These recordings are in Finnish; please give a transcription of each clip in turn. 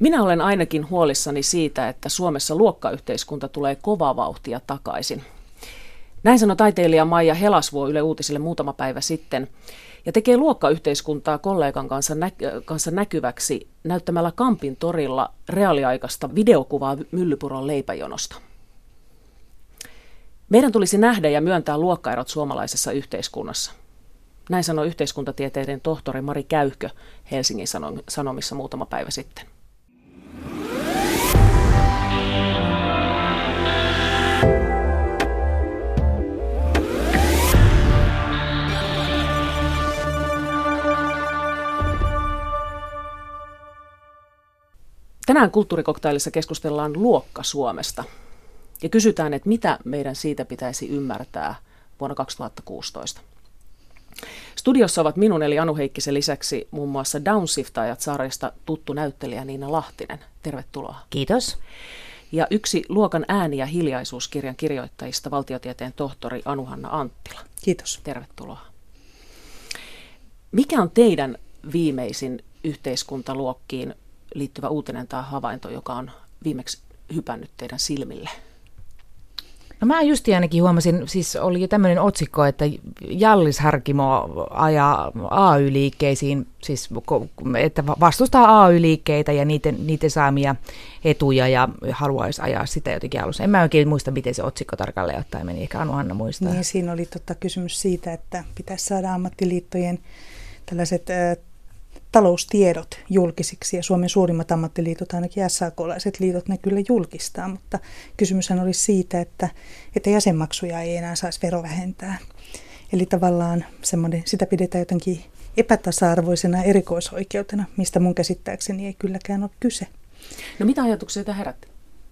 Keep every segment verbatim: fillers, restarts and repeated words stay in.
Minä olen ainakin huolissani siitä, että Suomessa luokkayhteiskunta tulee kovaa vauhtia takaisin. Näin sanoi taiteilija Maija Helasvuo Yle Uutisille muutama päivä sitten ja tekee luokkayhteiskuntaa kollegan kanssa, nä- kanssa näkyväksi näyttämällä Kampin torilla reaaliaikaista videokuvaa Myllypuron leipäjonosta. Meidän tulisi nähdä ja myöntää luokkaerot suomalaisessa yhteiskunnassa. Näin sanoi yhteiskuntatieteiden tohtori Mari Käyhkö Helsingin Sanomissa muutama päivä sitten. Tänään Kulttuurikoktailissa keskustellaan Luokka-Suomesta ja kysytään, että mitä meidän siitä pitäisi ymmärtää vuonna kaksituhattakuusitoista. Studiossa ovat minun eli Anu Heikkisen lisäksi muun muassa Downshiftaajat-sarjasta tuttu näyttelijä Niina Lahtinen. Tervetuloa. Kiitos. Ja yksi Luokan ääni- ja hiljaisuuskirjan kirjoittajista, valtiotieteen tohtori Anu-Hanna Anttila. Kiitos. Tervetuloa. Mikä on teidän viimeisin yhteiskuntaluokkiin liittyvä uutinen tai havainto, joka on viimeksi hypännyt teidän silmille? No mä just ainakin huomasin, siis oli jo tämmöinen otsikko, että Hjallis Harkimo ajaa A Y-liikkeisiin, siis että vastustaa A Y-liikkeitä ja niiden, niiden saamia etuja ja haluaisi ajaa sitä jotenkin alussa. En mä oikein muista, miten se otsikko tarkalleen ottaen meni, ehkä Anu-Hanna muistaa. Niin, siinä oli tota kysymys siitä, että pitäisi saada ammattiliittojen tällaiset äh, taloustiedot julkisiksi, ja Suomen suurimmat ammattiliitot, ainakin S A K-laiset liitot, ne kyllä julkistaa, mutta kysymyshän olisi siitä, että, että jäsenmaksuja ei enää saisi verovähentää. Eli tavallaan semmoinen, sitä pidetään jotenkin epätasa-arvoisena erikoisoikeutena, mistä mun käsittääkseni ei kylläkään ole kyse. No mitä ajatuksia tämä herätti?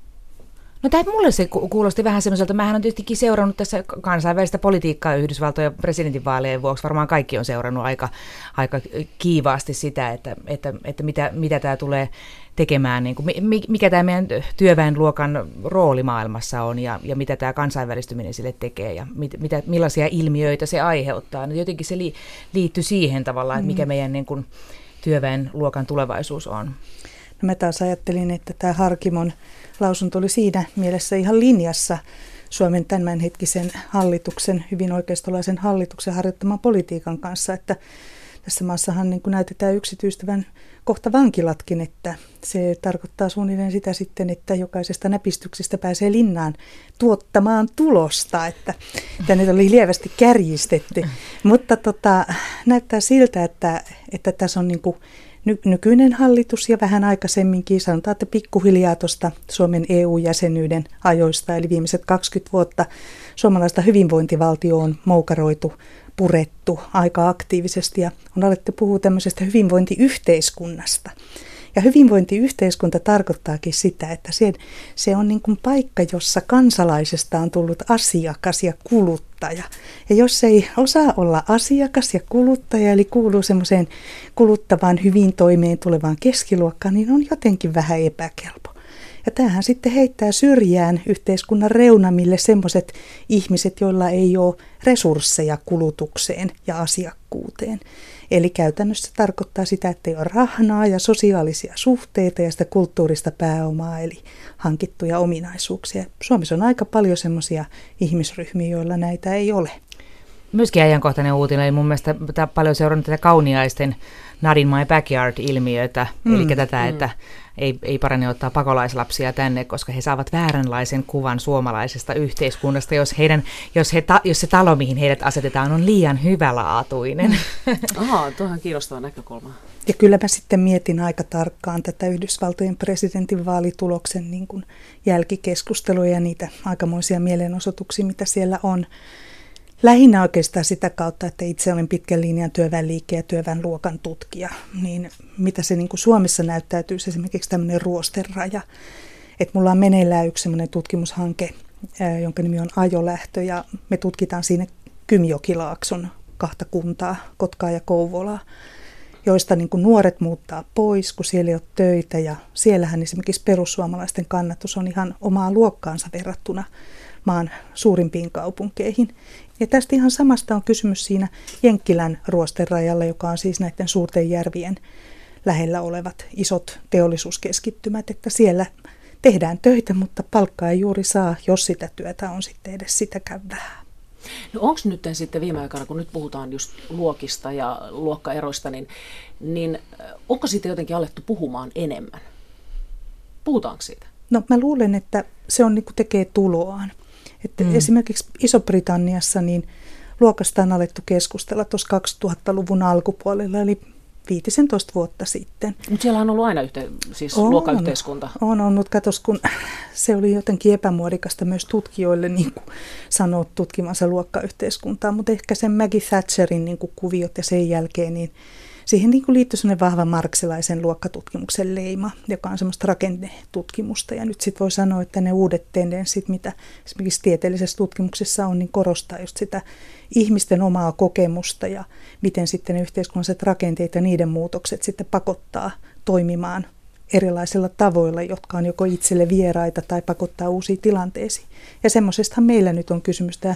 No tämä mulle se kuulosti vähän semmoiselta, mähän on tietystikin seurannut tässä kansainvälistä politiikkaa Yhdysvaltojen presidentinvaalien vuoksi, varmaan kaikki on seurannut aika, aika kiivaasti sitä, että, että, että mitä, mitä tämä tulee tekemään, niin kuin, mikä tämä meidän työväenluokan rooli maailmassa on ja, ja mitä tämä kansainvälistyminen sille tekee ja mit, mitä, millaisia ilmiöitä se aiheuttaa. No jotenkin se li, liittyy siihen tavallaan, että mikä meidän niin kuin, työväenluokan tulevaisuus on. No mä taas ajattelin, että tämä Harkimon lausunto oli siinä mielessä ihan linjassa Suomen tämänhetkisen hallituksen, hyvin oikeistolaisen hallituksen harjoittaman politiikan kanssa, että tässä maassahan niin kuin näytetään yksityistävän kohta vankilatkin, että se tarkoittaa suunnilleen sitä sitten, että jokaisesta näpistyksestä pääsee linnaan tuottamaan tulosta, että tämä nyt oli lievästi kärjistetty, mutta tota, näyttää siltä, että, että tässä on niin kuin nykyinen hallitus ja vähän aikaisemminkin, sanotaan, että pikkuhiljaa tuosta Suomen E U-jäsenyyden ajoista, eli viimeiset kaksikymmentä vuotta suomalaista hyvinvointivaltio on moukaroitu, purettu aika aktiivisesti ja on alettu puhua tämmöisestä hyvinvointiyhteiskunnasta. Ja hyvinvointiyhteiskunta tarkoittaakin sitä, että se, se on niin kuin paikka, jossa kansalaisesta on tullut asiakas ja kuluttaja. Ja jos ei osaa olla asiakas ja kuluttaja, eli kuuluu semmoiseen kuluttavaan, hyvin toimeen tulevaan keskiluokkaan, niin on jotenkin vähän epäkelpo. Ja tämähän sitten heittää syrjään yhteiskunnan reunamille semmoiset ihmiset, joilla ei ole resursseja kulutukseen ja asiakkuuteen. Eli käytännössä tarkoittaa sitä, että ei ole rahnaa ja sosiaalisia suhteita ja sitä kulttuurista pääomaa, eli hankittuja ominaisuuksia. Suomessa on aika paljon semmoisia ihmisryhmiä, joilla näitä ei ole. Myöskin ajankohtainen uutinen, eli mun mielestä paljon seurannut tätä kauniaisten Not in my backyard-ilmiötä, mm, eli tätä, mm. että ei, ei parane ottaa pakolaislapsia tänne, koska he saavat vääränlaisen kuvan suomalaisesta yhteiskunnasta, jos, heidän, jos, he ta, jos se talo, mihin heidät asetetaan, on liian hyvälaatuinen. Aha, tuohan kiinnostava näkökulma. Ja kyllä mä sitten mietin aika tarkkaan tätä Yhdysvaltojen presidentin vaalituloksen niin kuin jälkikeskusteluja ja niitä aikamoisia mielenosoituksia, mitä siellä on. Lähinnä oikeastaan sitä kautta, että itse olen pitkän linjan työväenliikkeen ja työväenluokan tutkija, niin mitä se niin kuin Suomessa näyttäytyy, esimerkiksi tämmöinen ruosteraja. Että mulla on meneillään yksi semmoinen tutkimushanke, jonka nimi on Ajolähtö, ja me tutkitaan siinä Kymjokilaakson kahta kuntaa, Kotkaa ja Kouvolaa, joista niin kuin nuoret muuttaa pois, kun siellä ei ole töitä, ja siellähän esimerkiksi perussuomalaisten kannatus on ihan omaa luokkaansa verrattuna maan suurimpiin kaupunkeihin. Ja tästä ihan samasta on kysymys siinä Jenkkilän ruosterajalla, joka on siis näiden suurten järvien lähellä olevat isot teollisuuskeskittymät, että siellä tehdään töitä, mutta palkkaa ei juuri saa, jos sitä työtä on sitten edes sitäkään vähän. No onko nyt sitten viime aikoina, kun nyt puhutaan just luokista ja luokkaeroista, niin, niin onko siitä jotenkin alettu puhumaan enemmän? Puhutaanko siitä? No mä luulen, että se on niin kuin tekee tuloaan. Että mm. Esimerkiksi Iso-Britanniassa niin luokasta on alettu keskustella tuossa kaksituhattaluvun alkupuolella, eli viisitoista vuotta sitten. Mutta siellä on ollut aina yhte, siis on, luokkayhteiskunta. On ollut. Katos, kun se oli jotenkin epämuodikasta myös tutkijoille niin kuin sanoa tutkimansa luokkayhteiskuntaa, mutta ehkä sen Maggie Thatcherin niin kuin kuviot ja sen jälkeen, niin siihen niin kuin liittyi sellainen vahva marksilaisen luokkatutkimuksen leima, joka on semmoista rakennetutkimusta. Ja nyt sitten voi sanoa, että ne uudet tendenssit, mitä esimerkiksi tieteellisessä tutkimuksessa on, niin korostaa just sitä ihmisten omaa kokemusta ja miten sitten ne yhteiskunnalliset rakenteet ja niiden muutokset sitten pakottaa toimimaan erilaisilla tavoilla, jotka on joko itselle vieraita tai pakottaa uusiin tilanteisiin. Ja semmoisestahan meillä nyt on kysymys tämä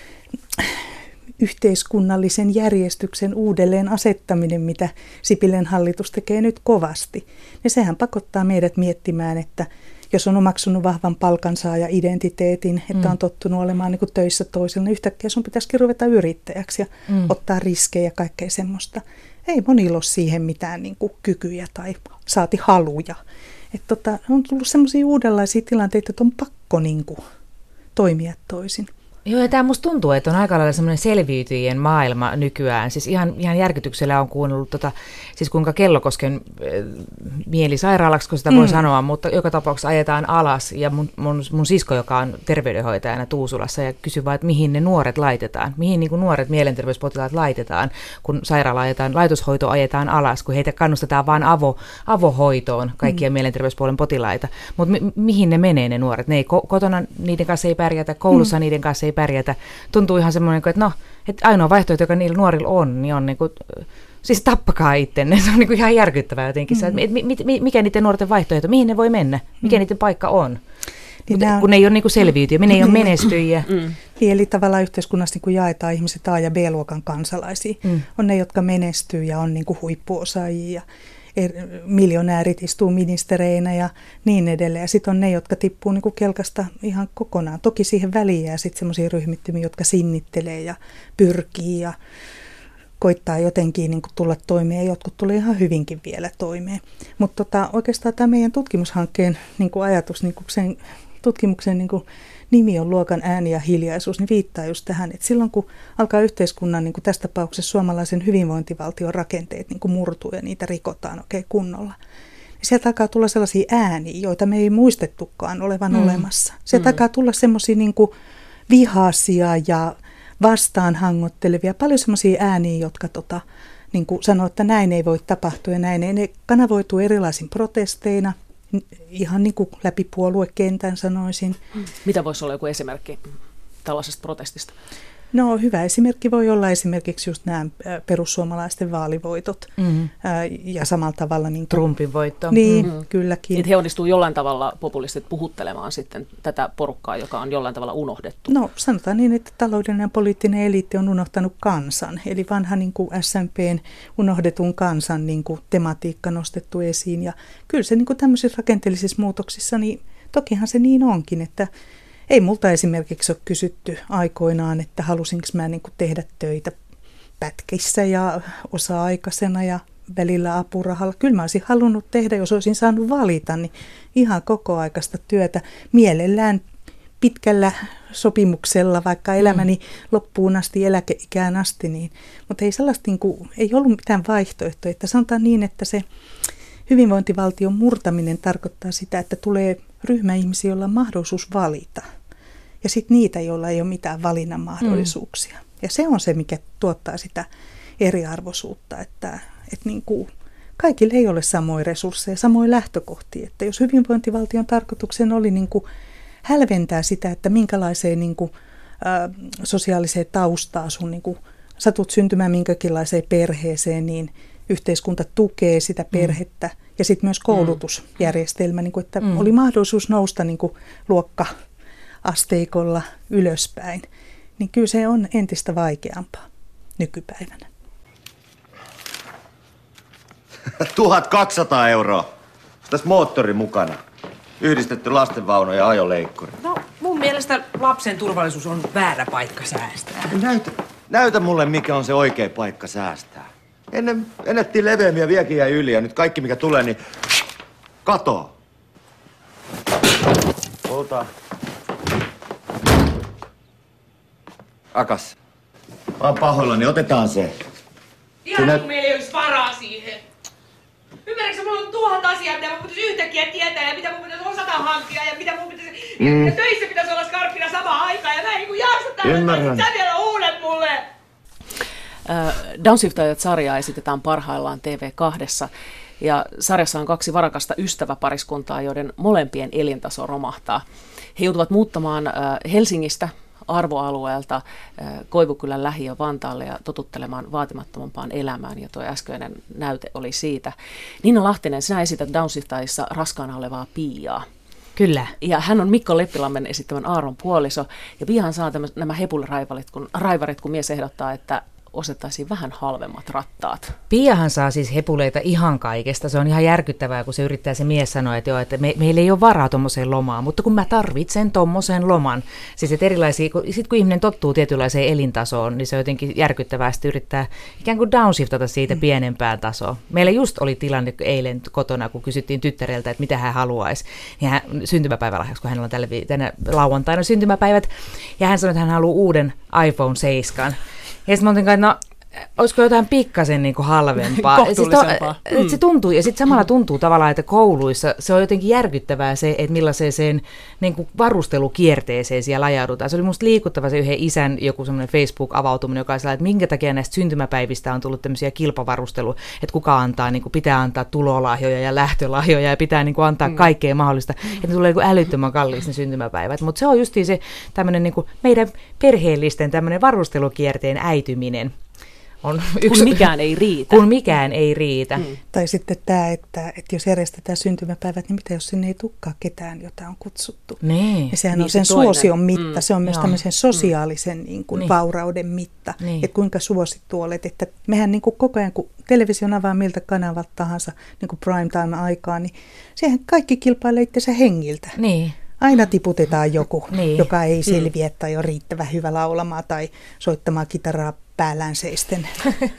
yhteiskunnallisen järjestyksen uudelleen asettaminen, mitä Sipilän hallitus tekee nyt kovasti. Ja sehän pakottaa meidät miettimään, että jos on omaksunut vahvan palkansaaja-identiteetin, että on tottunut olemaan niin kuin töissä toisella, niin yhtäkkiä sun pitäisikin ruveta yrittäjäksi ja mm. ottaa riskejä ja kaikkea semmoista. Ei monilla ole siihen mitään niin kuin kykyjä tai saati haluja. Et tota, on tullut semmoisia uudenlaisia tilanteita, että on pakko niin kuin toimia toisin. Joo, ja tämä musta tuntuu, että on aika lailla semmoinen selviytyjien maailma nykyään. Siis ihan, ihan järkytyksellä on kuunnellut, tota, siis kuinka Kellokosken äh, mielisairaalaksi, kun sitä voi mm. sanoa, mutta joka tapauksessa ajetaan alas. Ja mun, mun, mun sisko, joka on terveydenhoitajana Tuusulassa, ja kysyy vaan, että mihin ne nuoret laitetaan. Mihin niin kuin nuoret mielenterveyspotilaat laitetaan, kun sairaala ajetaan, laitoshoito ajetaan alas, kun heitä kannustetaan vaan avo, avohoitoon kaikkia mm. mielenterveyspuolen potilaita. Mutta mi, mihin ne menee ne nuoret? Ne ei ko- kotona niiden kanssa ei pärjätä, koulussa mm. niiden kanssa ei pärjätä. Tuntuu ihan semmoinen, että no, että ainoa vaihtoehto, joka niillä nuorilla on, niin on niin kuin, siis tappakaa ittenne. Se on niin kuin ihan järkyttävää jotenkin. Mm. Se, mi, mi, mikä niiden nuorten vaihtoehto, mihin ne voi mennä, mikä mm. niiden paikka on. Niin nämä, kun ne ei ole niin kuin selviytyjä, me ei ole menestyjiä. Mm. Eli tavallaan yhteiskunnassa niin kuin jaetaan ihmiset A- ja B-luokan kansalaisia. Mm. On ne, jotka menestyy ja on niin kuin huippuosaajia. Er, miljonäärit istuu ministereinä ja niin edelleen. Ja sitten on ne, jotka tippuu niinku kelkasta ihan kokonaan. Toki siihen väliin jää sitten semmoisia ryhmittymiä, jotka sinnittelee ja pyrkii ja koittaa jotenkin niinku tulla toimeen. Ja jotkut tulee ihan hyvinkin vielä toimeen. Mutta tota, oikeastaan tämä meidän tutkimushankkeen niinku ajatus, niinku sen tutkimuksen niinku nimi on Luokan ääni ja hiljaisuus, niin viittaa just tähän, että silloin kun alkaa yhteiskunnan, niin kuin tässä tapauksessa suomalaisen hyvinvointivaltion rakenteet niin kuin murtuu ja niitä rikotaan oikein kunnolla, niin sieltä alkaa tulla sellaisia ääniä, joita me ei muistettukaan olevan mm. olemassa. Sieltä mm. alkaa tulla semmoisia niin kuin vihaisia ja vastaanhangottelevia, paljon semmoisia ääniä, jotka tota, niin kuin sanoo, että näin ei voi tapahtua ja näin ei. Ne kanavoituu erilaisin protesteina. Ihan niin kuin läpi puoluekentän sanoisin. Mitä voisi olla joku esimerkki tällaisesta protestista? No hyvä esimerkki voi olla esimerkiksi just nämä perussuomalaisten vaalivoitot mm-hmm. ja samalla tavalla niin kuin, Trumpin voitto. Niin, mm-hmm. kylläkin. Että he onnistuu jollain tavalla populistit puhuttelemaan sitten tätä porukkaa, joka on jollain tavalla unohdettu. No sanotaan niin, että taloudellinen ja poliittinen eliitti on unohtanut kansan. Eli vanha niin kuin S M P:n unohdetun kansan niin kuin tematiikka nostettu esiin. Ja kyllä se niin kuin tämmöisissä rakenteellisissa muutoksissa, niin tokihan se niin onkin, että ei multa esimerkiksi ole kysytty aikoinaan, että halusinko mä niin kuin tehdä töitä pätkissä ja osa-aikaisena ja välillä apurahalla. Kyllä mä olisin halunnut tehdä, jos olisin saanut valita, niin ihan kokoaikaista työtä mielellään pitkällä sopimuksella, vaikka elämäni mm. loppuun asti, eläkeikään asti. Niin. Mutta ei sellaista, niin kuin, ei ollut mitään vaihtoehtoja. Että sanotaan niin, että se hyvinvointivaltion murtaminen tarkoittaa sitä, että tulee ryhmä ihmisiä, joilla on mahdollisuus valita. Ja sitten niitä, joilla ei ole mitään valinnan mahdollisuuksia. Mm. Ja se on se, mikä tuottaa sitä eriarvoisuutta, että, että niin kuin kaikille ei ole samoja resursseja, samoja lähtökohtia. Että jos hyvinvointivaltion tarkoituksen oli niin kuin hälventää sitä, että minkälaiseen niin kuin, ä, sosiaaliseen taustaan sun niin kuin, satut syntymään minkäkinlaiseen perheeseen, niin yhteiskunta tukee sitä perhettä. Mm. Ja sitten myös koulutusjärjestelmä, niin kuin, että mm. oli mahdollisuus nousta niin kuin luokka-asteikolla ylöspäin. Niin kyllä se on entistä vaikeampaa nykypäivänä. tuhatkaksisataa euroa. Tässä moottori mukana. Yhdistetty lastenvauno ja ajoleikkuri. No, mun mielestä lapsen turvallisuus on väärä paikka säästää. Näytä, näytä mulle, mikä on se oikea paikka säästää. Ennen ennettiin leveämpiä viekin jäi yli ja nyt kaikki, mikä tulee, niin katoaa. Ota. Akas. Mä oon pahoillani, otetaan se. Ihan Sinä... kun meillä ei olisi varaa siihen. Ymmärrätkö, mulla on tuhat asiaa, mitä mun pitäisi yhtäkkiä tietää ja mitä mun pitäisi osata hankkia ja mitä mun pitäisi... Mm. Ja töissä pitäisi olla skarppina samaan aikaan ja mä en niin jaksa tämmöistä, sä vielä uudet mulle! Downsiftajat-sarjaa esitetään parhaillaan T V kahdessa. Ja sarjassa on kaksi varakasta ystäväpariskuntaa, joiden molempien elintaso romahtaa. He joutuvat muuttamaan Helsingistä arvoalueelta Koivukylän lähiö Vantaalle ja totuttelemaan vaatimattomampaan elämään, ja tuo äskeinen näyte oli siitä. Niina Lahtinen, sinä esität Downsiftajissa raskaana olevaa Piiaa. Kyllä. Ja hän on Mikko Leppilammen esittämän Aaron puoliso, ja Piahan saa tämmöset, nämä hepuliraivarit, kun, raivarit, kun mies ehdottaa, että ostettaisiin vähän halvemmat rattaat. Piahan saa siis hepuleita ihan kaikesta. Se on ihan järkyttävää, kun se yrittää se mies sanoa, että, joo, että me, meillä ei ole varaa tommoseen lomaan, mutta kun mä tarvitsen tommosen loman. Siis että erilaisia, kun, sit kun ihminen tottuu tietynlaiseen elintasoon, niin se on jotenkin järkyttävää sitten yrittää ikään kuin downshiftata siitä mm. pienempään tasoon. Meillä just oli tilanne eilen kotona, kun kysyttiin tyttäreltä, että mitä hän haluaisi. Ja hän, syntymäpäivälahjaksi, kun hänellä on tällä, tänä lauantaina syntymäpäivät, ja hän sanoi, että hän haluaa uuden iPhone seitsemän. Ja sitten mä olin, että no, olisiko jotain pikkasen niin kuin halvempaa. Kohtuullisempaa. Sitten mm. se tuntuu, ja sitten samalla tuntuu tavallaan, että kouluissa se on jotenkin järkyttävää se, että millaiseen niin kuin varustelukierteeseen siellä ajaudutaan. Se oli musta liikuttava se yhden isän joku semmoinen Facebook-avautuminen, joka oli että minkä takia näistä syntymäpäivistä on tullut tämmöisiä kilpavarusteluja, että kuka antaa, niin kuin pitää antaa tulolahjoja ja lähtölahjoja ja pitää niin kuin antaa mm. kaikkea mahdollista. Että ne tulee niin kuin älyttömän kalliiksi ne syntymäpäivät. Mutta se on justiin se tämmöinen niin kuin meidän perheellisten tämmöinen varustelukierteen äityminen. On yksi, kun mikään ei riitä. Kun mikään ei riitä. Mm. Tai sitten tämä, että, että jos järjestetään syntymäpäivät, niin mitä jos sinne ei tukkaa ketään, jota on kutsuttu. Niin. Ja sehän niin on sen se toinen. suosion mitta, Mm. se on myös Joo. tämmöisen sosiaalisen niin kuin, niin. vaurauden mitta. Niin. Että kuinka suosittu olet. Että mehän niin kuin koko ajan, kun television avaa miltä kanavat tahansa, niin kuin prime time aikaa, niin sehän kaikki kilpailee itsensä hengiltä. Niin. Aina tiputetaan joku, niin. joka ei selviä tai on riittävän hyvä laulamaan tai soittamaan kitaraa päällään seisten.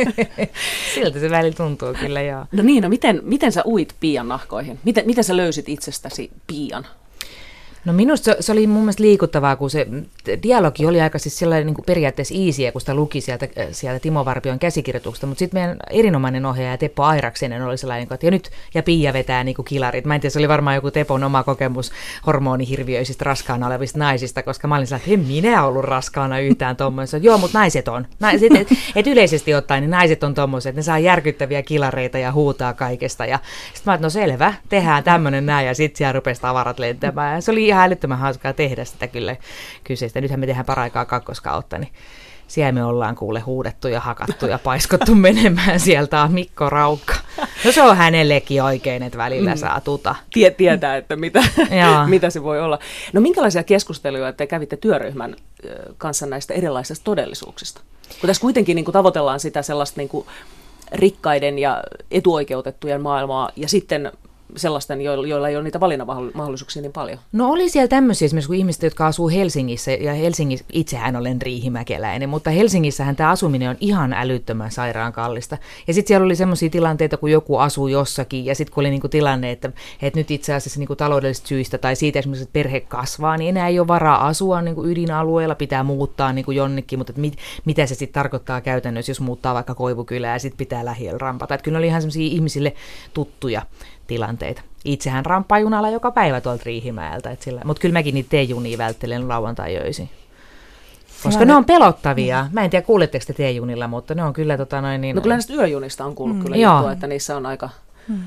Siltä se välillä tuntuu kyllä, joo. No niin, no miten, miten sä uit Piian nahkoihin? Miten, miten sä löysit itsestäsi Piian? No minusta se, se oli mun mielestä liikuttavaa, kun se dialogi oli aika siis sellainen niin kuin periaatteessa easiä, kun sitä luki sieltä, sieltä Timo Varpion käsikirjoituksesta, mutta sitten meidän erinomainen ohjaaja Teppo Airaksinen oli sellainen, että ja nyt ja Pia vetää niin kuin kilarit. Mä en tiedä, se oli varmaan joku Tepon oma kokemus hormonihirviöisistä raskaana olevista naisista, koska mä olin sellainen, että en minä ollut raskaana yhtään tommoista. Joo, mutta naiset on. Naiset, et, et yleisesti ottaen niin naiset on tommoiset, että ne saa järkyttäviä kilareita ja huutaa kaikesta. Ja sitten mä että no selvä, tehdään tämmöinen näin ja sitten siellä rupesi tavarat lentämään. Ja se oli ihan älyttömän hauskaa tehdä sitä kyllä kyseistä. Nythän me tehdään paraikaa kakkoskautta, niin siellä me ollaan kuule huudettu ja hakattu ja paiskottu menemään. Sieltä on Mikko Raukka. No se on hänellekin oikein, että välillä mm. saa tuta. Tie, tietää, että mitä, mitä se voi olla. No minkälaisia keskusteluja te kävitte työryhmän kanssa näistä erilaisista todellisuuksista? Kun tässä kuitenkin niin kuin tavoitellaan sitä sellaista niin kuin rikkaiden ja etuoikeutettujen maailmaa ja sitten sellaisten, joilla ei ole niitä valinnanmahdollisuuksia niin paljon. No oli siellä tämmöisiä esimerkiksi kuin ihmiset, jotka asuu Helsingissä, ja Helsingissä, itsehän olen riihimäkeläinen, mutta Helsingissähän tämä asuminen on ihan älyttömän sairaan kallista. Ja sitten siellä oli semmoisia tilanteita, kun joku asuu jossakin, ja sitten kun oli niinku tilanne, että, että nyt itse asiassa niinku taloudellisista syistä, tai siitä esimerkiksi, että perhe kasvaa, niin enää ei ole varaa asua niinku ydinalueella, pitää muuttaa niinku jonnekin, mutta mit, mitä se sitten tarkoittaa käytännössä, jos muuttaa vaikka Koivukylään, ja sitten pitää lähiöllä rampata. Että kyllä ne oli ihan semmoisia ihmisille tuttuja tilanteita. Itsehän ramppaa junalla joka päivä tuolta Riihimäeltä, mutta kyllä mäkin niitä T-junia välttelen lauantai-öisin. Koska ne on pelottavia. Mä en tiedä, kuuletteko te T-junilla, mutta ne on kyllä tota noin niin... No kyllä näistä yöjunista on kuullut kyllä juttua, että niissä on aika... Hmm.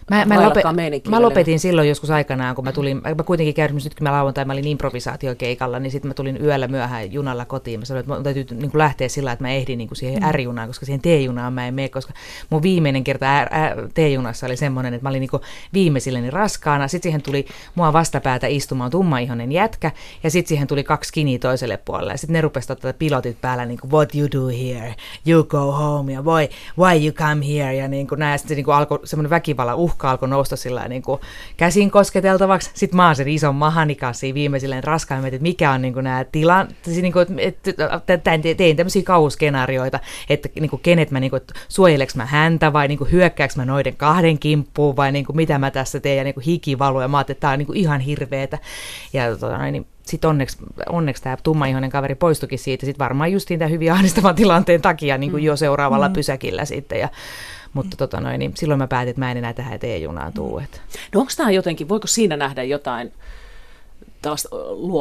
Mä, mä, lopet, mä lopetin silloin joskus aikanaan, kun mä tulin, mä kuitenkin käydin, nyt kun mä lauantai, mä olin improvisaatiokeikalla, niin sitten mä tulin yöllä myöhään junalla kotiin. Mä sanoin, että mun täytyy niin kuin lähteä sillä, että mä ehdin niin kuin siihen mm. R-junaan, koska siihen T-junaan mä en mene, koska mun viimeinen kerta T-junassa oli semmoinen, että mä olin niin kuin viimeisilleni raskaana. Sitten siihen tuli mua vastapäätä istumaan tummaihoinen jätkä, ja sitten siihen tuli kaksi skiniä toiselle puolelle. Ja sitten ne rupesivat ottaa pilotit päällä, niin kuin, what you do here, you go home, ja why, why you come here, ja niin kuin näin. Sitten niin kuin alkoi semmoinen väkivallan uhka alkoi nousta sillä niin kuin käsin kosketeltavaksi. Sitten mä oon sen ison mahani kanssa viimeisilleen raskaan, että mikä on niin kuin nämä tilan, niin kuin, että, että tein tämmöisiä kauhuskenaarioita, että niin kuin, kenet mä, niin kuin, suojeleks mä häntä vai niin kuin, hyökkääks mä noiden kahden kimppuun vai niin kuin, mitä mä tässä teen ja niin kuin, hiki valuu ja mä ajattelin, että tää on niin kuin, ihan hirveetä. Ja tota, niin, sitten onneksi, onneksi tämä tummaihoinen kaveri poistukin siitä, sitten varmaan justiin tämän hyvin ahdistavan tilanteen takia niin kuin, jo seuraavalla mm. pysäkillä sitten ja mutta tota noin, niin silloin mä päätin, että mä en enää tähän T-junaan tuu. No onko tämä jotenkin, voiko siinä nähdä jotain tällaista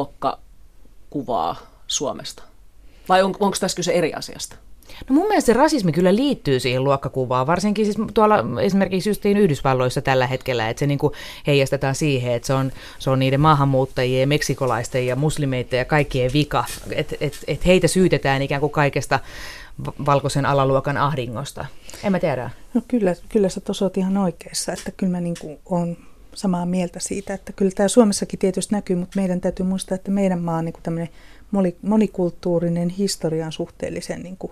luokkakuvaa Suomesta? Vai on, onko tässä kyse eri asiasta? No mun mielestä se rasismi kyllä liittyy siihen luokkakuvaan, varsinkin siis tuolla esimerkiksi justiin Yhdysvalloissa tällä hetkellä, että se niinku heijastetaan siihen, että se on, se on niiden maahanmuuttajien, meksikolaisten ja muslimeiden ja kaikkien vika, että et, et heitä syytetään ikään kuin kaikesta valkoisen alaluokan ahdingosta. En mä tiedä. No kyllä, kyllä sä tuossa oot ihan oikeassa, että kyllä mä niinku on samaa mieltä siitä, että kyllä tämä Suomessakin tietysti näkyy, mutta meidän täytyy muistaa, että meidän maa on niinku tämmöinen monikulttuurinen historian suhteellisen niinku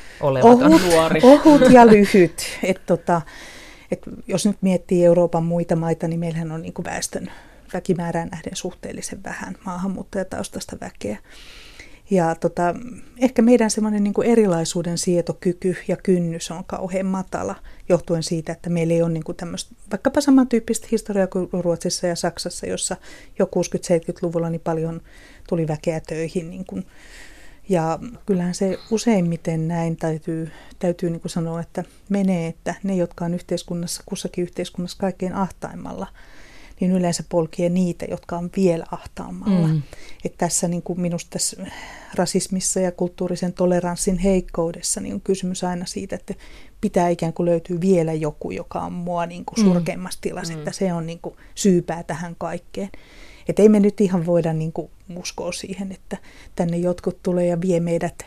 ohut, ohut ja lyhyt. Et tota, et jos nyt miettii Euroopan muita maita, niin meillähän on niinku väestön väkimäärään nähden suhteellisen vähän maahanmuuttajataustaista väkeä. Ja tota, ehkä meidän semmoinen niin kuin erilaisuuden sietokyky ja kynnys on kauhean matala, johtuen siitä, että meillä ei ole niin kuin tämmöistä, vaikkapa samantyyppistä historiaa kuin Ruotsissa ja Saksassa, jossa jo kuusikymmentä-seitsemänkymmentäluvulla niin paljon tuli väkeä töihin. Niin kuin, ja kyllähän se useimmiten näin täytyy, täytyy niin kuin sanoa, että menee, että ne, jotka on yhteiskunnassa, kussakin yhteiskunnassa kaikkein ahtaimmalla, niin yleensä polkee niitä, jotka on vielä ahtaammalla. Mm. Että tässä niin kuin minusta tässä rasismissa ja kulttuurisen toleranssin heikkoudessa niin on kysymys aina siitä, että pitää ikään kuin löytyä vielä joku, joka on mua niin kuin surkeimmassa tilassa, mm. että se on niin kuin syypää tähän kaikkeen. Että ei me nyt ihan voida niin kuin uskoa siihen, että tänne jotkut tulee ja vie meidät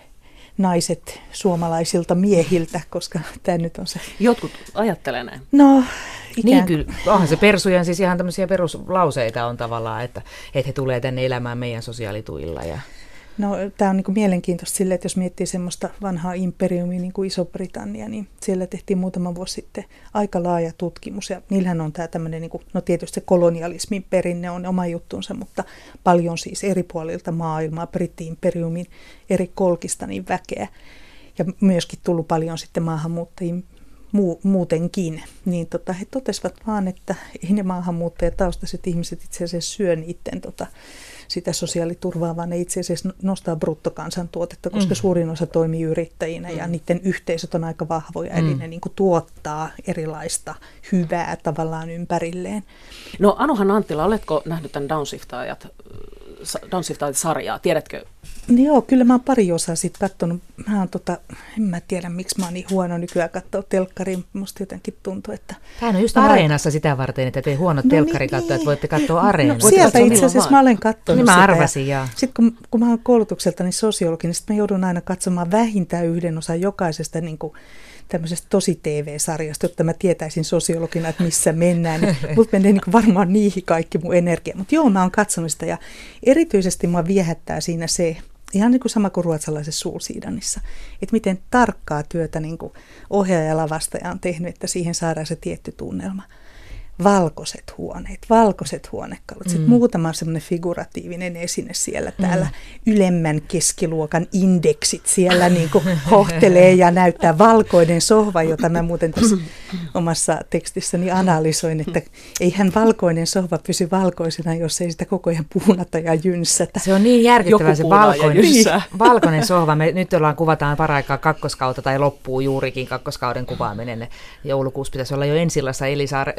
naiset suomalaisilta miehiltä, koska tämä nyt on se. Jotkut ajattelee näin. No, niin kyllä. Onhan se persujen siis ihan tämmöisiä peruslauseita on tavallaan, että, että he tulee tänne elämään meidän sosiaalituilla. Ja no, tämä on niin kuin mielenkiintoista sille, että jos miettii semmoista vanhaa imperiumia niin kuin Iso-Britannia, niin siellä tehtiin muutama vuosi sitten aika laaja tutkimus. Ja niillähän on tämä tämmöinen, niin kuin, no tietysti se kolonialismin perinne on oma juttunsa, mutta paljon siis eri puolilta maailmaa, britti-imperiumin eri kolkista niin väkeä. Ja myöskin tullut paljon sitten maahanmuuttajia muu, muutenkin. Niin tota, he totesivat vaan, että ei ne maahanmuuttajataustaiset ihmiset itse asiassa syö niiden tota, sitä sosiaaliturvaa, vaan ne itse asiassa nostaa bruttokansantuotetta, koska mm. suurin osa toimii yrittäjinä mm. ja niiden yhteisöt on aika vahvoja, mm. eli ne niin kuin tuottaa erilaista hyvää tavallaan ympärilleen. No Anuhan Anttila, oletko nähnyt tämän Downshiftaajat, Downshiftaajat-sarjaa, tiedätkö? No joo, kyllä mä oon pari osaa siitä katsonut. Mä oon tota, en mä tiedä miksi mä oon niin huono nykyään katsoa telkkariin. Musta jotenkin tuntuu, että Tämä on just mä... Areenassa sitä varten, että te huonot no telkkarikattoja, niin, että voitte katsoa Areenassa. No, sieltä itse asiassa mä olen katsonut niin sitä. Mä arvasin, ja sitten kun, kun mä oon koulutukseltani sosiologi, niin sitten mä joudun aina katsomaan vähintään yhden osan jokaisesta niin kuin tämmöisestä tosi-T V-sarjasta, jotta mä tietäisin sosiologina, että missä mennään. Niin mut menee niin kuin varmaan niihin kaikki mun energia. Mutta joo, mä oon katsonut sitä ja erityisesti mua viehättää siinä se, ihan niin kuin sama kuin ruotsalaisessa Solsidanissa, että miten tarkkaa työtä niin kuin ohjaaja ja lavastaja on tehnyt, että siihen saadaan se tietty tunnelma. Valkoiset huoneet, valkoiset huonekalut, mm. sitten muutama semmoinen figuratiivinen esine siellä täällä, mm. ylemmän keskiluokan indeksit siellä niin kuin hohtelee ja näyttää valkoinen sohva, jota mä muuten tässä omassa tekstissäni analysoin, että eihän valkoinen sohva pysy valkoisena, jos ei sitä koko ajan puunata ja jynssätä. Se on niin järkyttävää se valkoinen, valkoinen sohva. Me nyt ollaan, kuvataan paraikaa kakkoskautta tai loppuu juurikin kakkoskauden kuvaaminen. Joulukuussa pitäisi olla jo Ensillassa Elisa, Elisa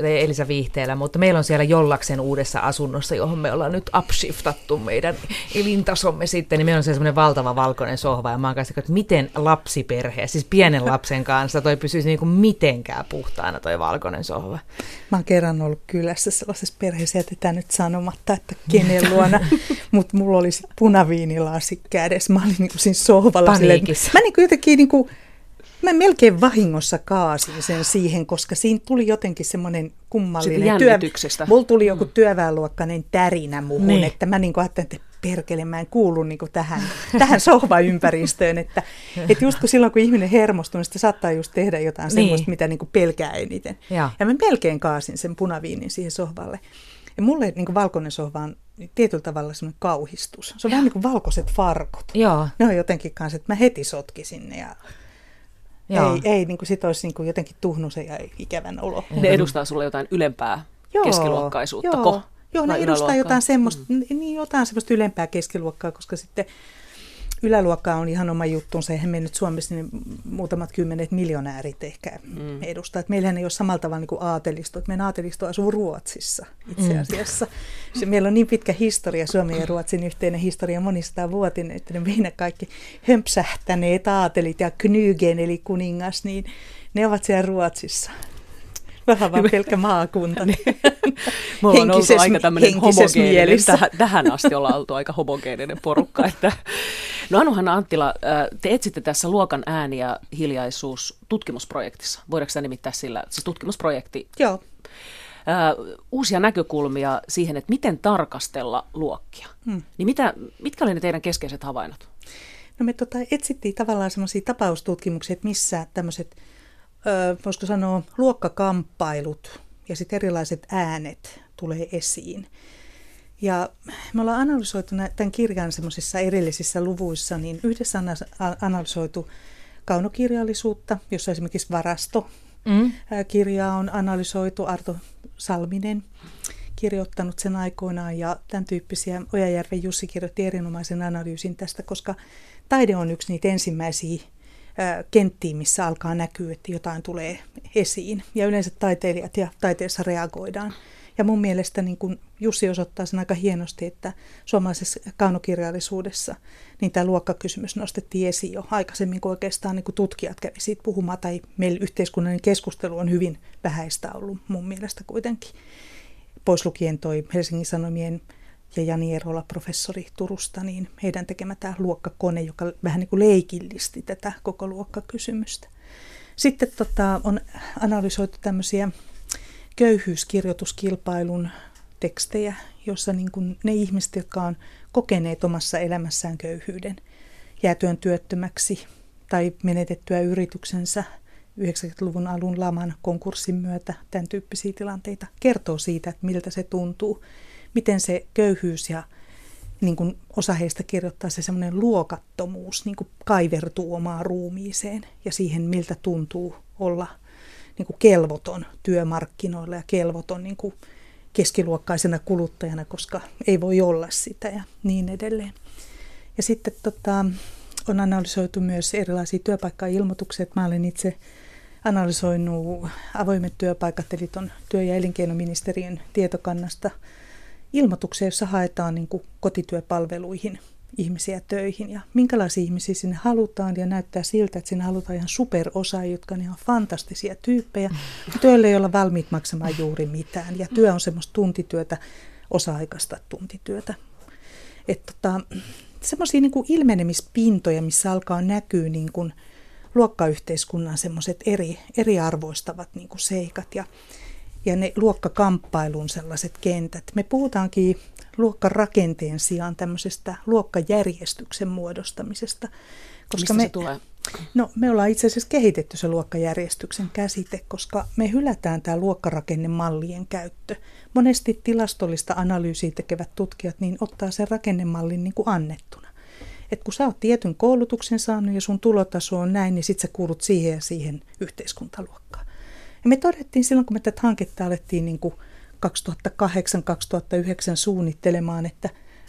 viihteellä, mutta meillä on siellä Jollaksen uudessa asunnossa, johon me ollaan nyt upshiftattu meidän elintasomme sitten, niin meillä on semmoinen valtava valkoinen sohva, ja mä oon kanssa, että miten lapsiperhe, siis pienen lapsen kanssa, toi pysyisi niin kuin mitenkään puhtaana toi valkoinen sohva. Mä oon kerran ollut kylässä sellaisessa perheessä, jätetään nyt sanomatta, että kenen luona, mutta mulla oli sitten punaviinilasi kädessä, mä olin niin kuin siinä sohvalla. Paniikissa. Silleen, mä niin kuin jotenkin niin kuin, mä melkein vahingossa kaasin sen siihen, koska siinä tuli jotenkin semmoinen kummallinen työ. Mulla tuli joku työväenluokkainen tärinä muhun, niin. Että mä niin kuin ajattelin, että perkele, mä en kuulu niin kuin tähän, tähän sohvaympäristöön. Että, että just kun silloin, kun ihminen hermostuu, niin sitä saattaa just tehdä jotain niin. Semmoista, mitä niin kuin pelkää eniten. Ja. ja mä melkein kaasin sen punaviinin siihen sohvalle. Ja mulle niin kuin valkoinen sohva on tietyllä tavalla semmoinen kauhistus. Se on ja. Vähän niin kuin valkoiset farkut. Joo. Ne on jotenkin kanssa, että mä heti sotkisin ne ja... Joo. Ei, ei niin kuin sit olisi niin kuin jotenkin tuhnuisen ja ikävän olo. Ne edustaa sulle jotain ylempää joo, keskiluokkaisuutta, joo, ko? Joo, ne edustaa jotain semmoista, mm. niin jotain semmoista ylempää keskiluokkaa, koska sitten yläluokkaa on ihan oma juttunsa. Eihän me nyt Suomessa niin muutamat kymmenet miljonäärit ehkä mm. edustaa. Et meillähän ei ole samalla tavalla niin kuin aatelisto. Et meidän aatelisto asuu Ruotsissa itse asiassa. Mm. Se, meillä on niin pitkä historia, Suomen ja Ruotsin yhteinen historia monista vuotinen, että ne meidän kaikki hömpsähtäneet aatelit ja Knygen eli kuningas, niin ne ovat siellä Ruotsissa. Vähän vaan pelkkä maakunta. Me ollaan oltu aika tämmöinen homogeeninen. Tähän, tähän asti ollaan oltu aika homogeeninen porukka. Että... No Anu-Hanna Anttila, te etsitte tässä Luokan ääni ja hiljaisuus tutkimusprojektissa. Voidaanko sitä nimittää sillä? Siis tutkimusprojekti. Joo. Uusia näkökulmia siihen, että miten tarkastella luokkia. Hmm. Niin mitä, mitkä oli ne teidän keskeiset havainnot? No me tota, etsittiin tavallaan semmoisia tapaustutkimuksia, että missä tämmöiset... Öö, voisiko sanoa, luokkakamppailut ja sitten erilaiset äänet tulee esiin. Ja me ollaan analysoitu tämän kirjan semmoisissa erillisissä luvuissa, niin yhdessä on analysoitu kaunokirjallisuutta, jossa esimerkiksi Varasto-kirjaa on analysoitu, Arto Salminen kirjoittanut sen aikoinaan, ja tämän tyyppisiä. Ojajärven Jussi kirjoitti erinomaisen analyysin tästä, koska taide on yksi niitä ensimmäisiä kenttiin, missä alkaa näkyä, että jotain tulee esiin. Ja yleensä taiteilijat ja taiteessa reagoidaan. Ja mun mielestä niin kun Jussi osoittaa sen aika hienosti, että suomalaisessa kaunokirjallisuudessa niin tämä luokkakysymys nostettiin esiin jo aikaisemmin, kun oikeastaan niin kun tutkijat kävi siitä puhumaan, tai meillä yhteiskunnallinen keskustelu on hyvin vähäistä ollut mun mielestä kuitenkin. Pois lukien toi Helsingin Sanomien ja Jani Eerola, professori Turusta, niin heidän tekemä tämä luokkakone, joka vähän niin kuin leikillisti tätä koko luokkakysymystä. Sitten tota, on analysoitu tämmöisiä köyhyyskirjoituskilpailun tekstejä, jossa niin kuin ne ihmiset, jotka on kokeneet omassa elämässään köyhyyden, jäätyön työttömäksi tai menetettyä yrityksensä yhdeksänkymmentäluvun alun laman konkurssin myötä, tämän tyyppisiä tilanteita, kertoo siitä, että miltä se tuntuu. Miten se köyhyys ja niin kuin osa heistä kirjoittaa se semmoinen luokattomuus niin kuin kaivertuu omaan ruumiiseen ja siihen, miltä tuntuu olla niin kuin kelvoton työmarkkinoilla ja kelvoton niin kuin keskiluokkaisena kuluttajana, koska ei voi olla sitä ja niin edelleen. Ja sitten tota, on analysoitu myös erilaisia työpaikkailmoituksia. Mä olen itse analysoinut avoimet työpaikat, eli ton työ- ja elinkeinoministeriön tietokannasta ilmoituksia, jossa haetaan niin kuin kotityöpalveluihin ihmisiä töihin ja minkälaisia ihmisiä sinne halutaan, ja näyttää siltä, että sinne halutaan ihan superosaajia, jotka on ihan fantastisia tyyppejä, työlle ei olla valmiit maksamaan juuri mitään, ja työ on semmoista tuntityötä, osa-aikaista tuntityötä. Että tota, semmoisia niin kuin ilmenemispintoja, missä alkaa näkyä niin kuin luokkayhteiskunnan semmoiset eri, eriarvoistavat niin kuin seikat ja Ja ne luokkakamppailun sellaiset kentät. Me puhutaankin luokkarakenteen sijaan tämmöisestä luokkajärjestyksen muodostamisesta. Koska Mistä me, se tulee? No, me ollaan itse asiassa kehitetty se luokkajärjestyksen käsite, koska me hylätään tämä luokkarakennemallien käyttö. Monesti tilastollista analyysiä tekevät tutkijat niin ottaa sen rakennemallin niin kuin annettuna. Että kun sä oot tietyn koulutuksen saanut ja sun tulotaso on näin, niin sit sä kuulut siihen ja siihen yhteiskuntaluokkaan. Ja me todettiin silloin, kun me tätä hanketta alettiin niin kuin kaksituhattakahdeksan kaksituhattayhdeksän suunnittelemaan, että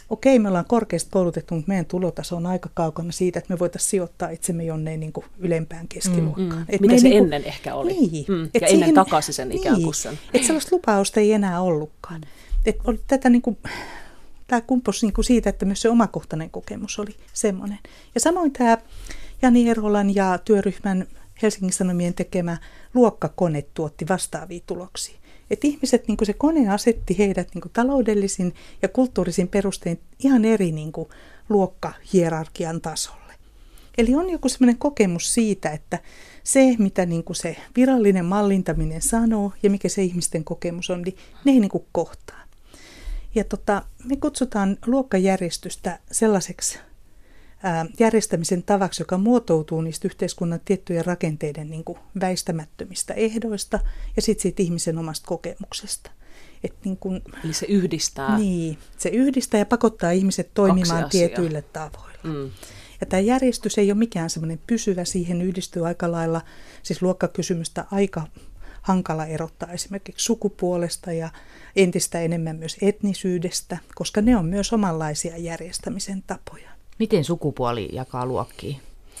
okei, me ollaan korkeasti koulutettu, mutta meidän tulotaso on aika kaukana siitä, että me voitaisiin sijoittaa itsemme jonneen niin kuin ylempään keskiluokkaan. Mm, mm. Mitä se niin kuin, ennen ehkä oli. Niin, mm, ja ennen siihen, takaisin sen ikään kuin sen. Että sellaista lupausta ei enää ollutkaan. Et oli tätä niin kuin, tämä kumpusi niin kuin siitä, että myös se omakohtainen kokemus oli semmoinen. Ja samoin tämä Jani Erolan ja työryhmän Helsingin Sanomien tekemä luokkakone tuotti vastaavia tuloksia. Että ihmiset, niin kuin se kone asetti heidät niin kuin taloudellisin ja kulttuurisin perustein ihan eri niin kuin luokkahierarkian tasolle. Eli on joku sellainen kokemus siitä, että se, mitä niin kuin se virallinen mallintaminen sanoo ja mikä se ihmisten kokemus on, niin ne ei niin kuin kohtaa. Ja tota, me kutsutaan luokkajärjestystä sellaiseksi ää, järjestämisen tavaksi, joka muotoutuu niistä yhteiskunnan tiettyjen rakenteiden niin kuin väistämättömistä ehdoista ja sitten siitä ihmisen omasta kokemuksesta. Et niin kuin, Eli se yhdistää. Niin, se yhdistää ja pakottaa ihmiset toimimaan tietyillä tavoilla. Mm. Ja tämä järjestys ei ole mikään semmoinen pysyvä, siihen yhdistyy aika lailla, siis luokkakysymystä aika hankala erottaa esimerkiksi sukupuolesta ja entistä enemmän myös etnisyydestä, koska ne on myös omanlaisia järjestämisen tapoja. Miten sukupuoli jakaa luokkiin?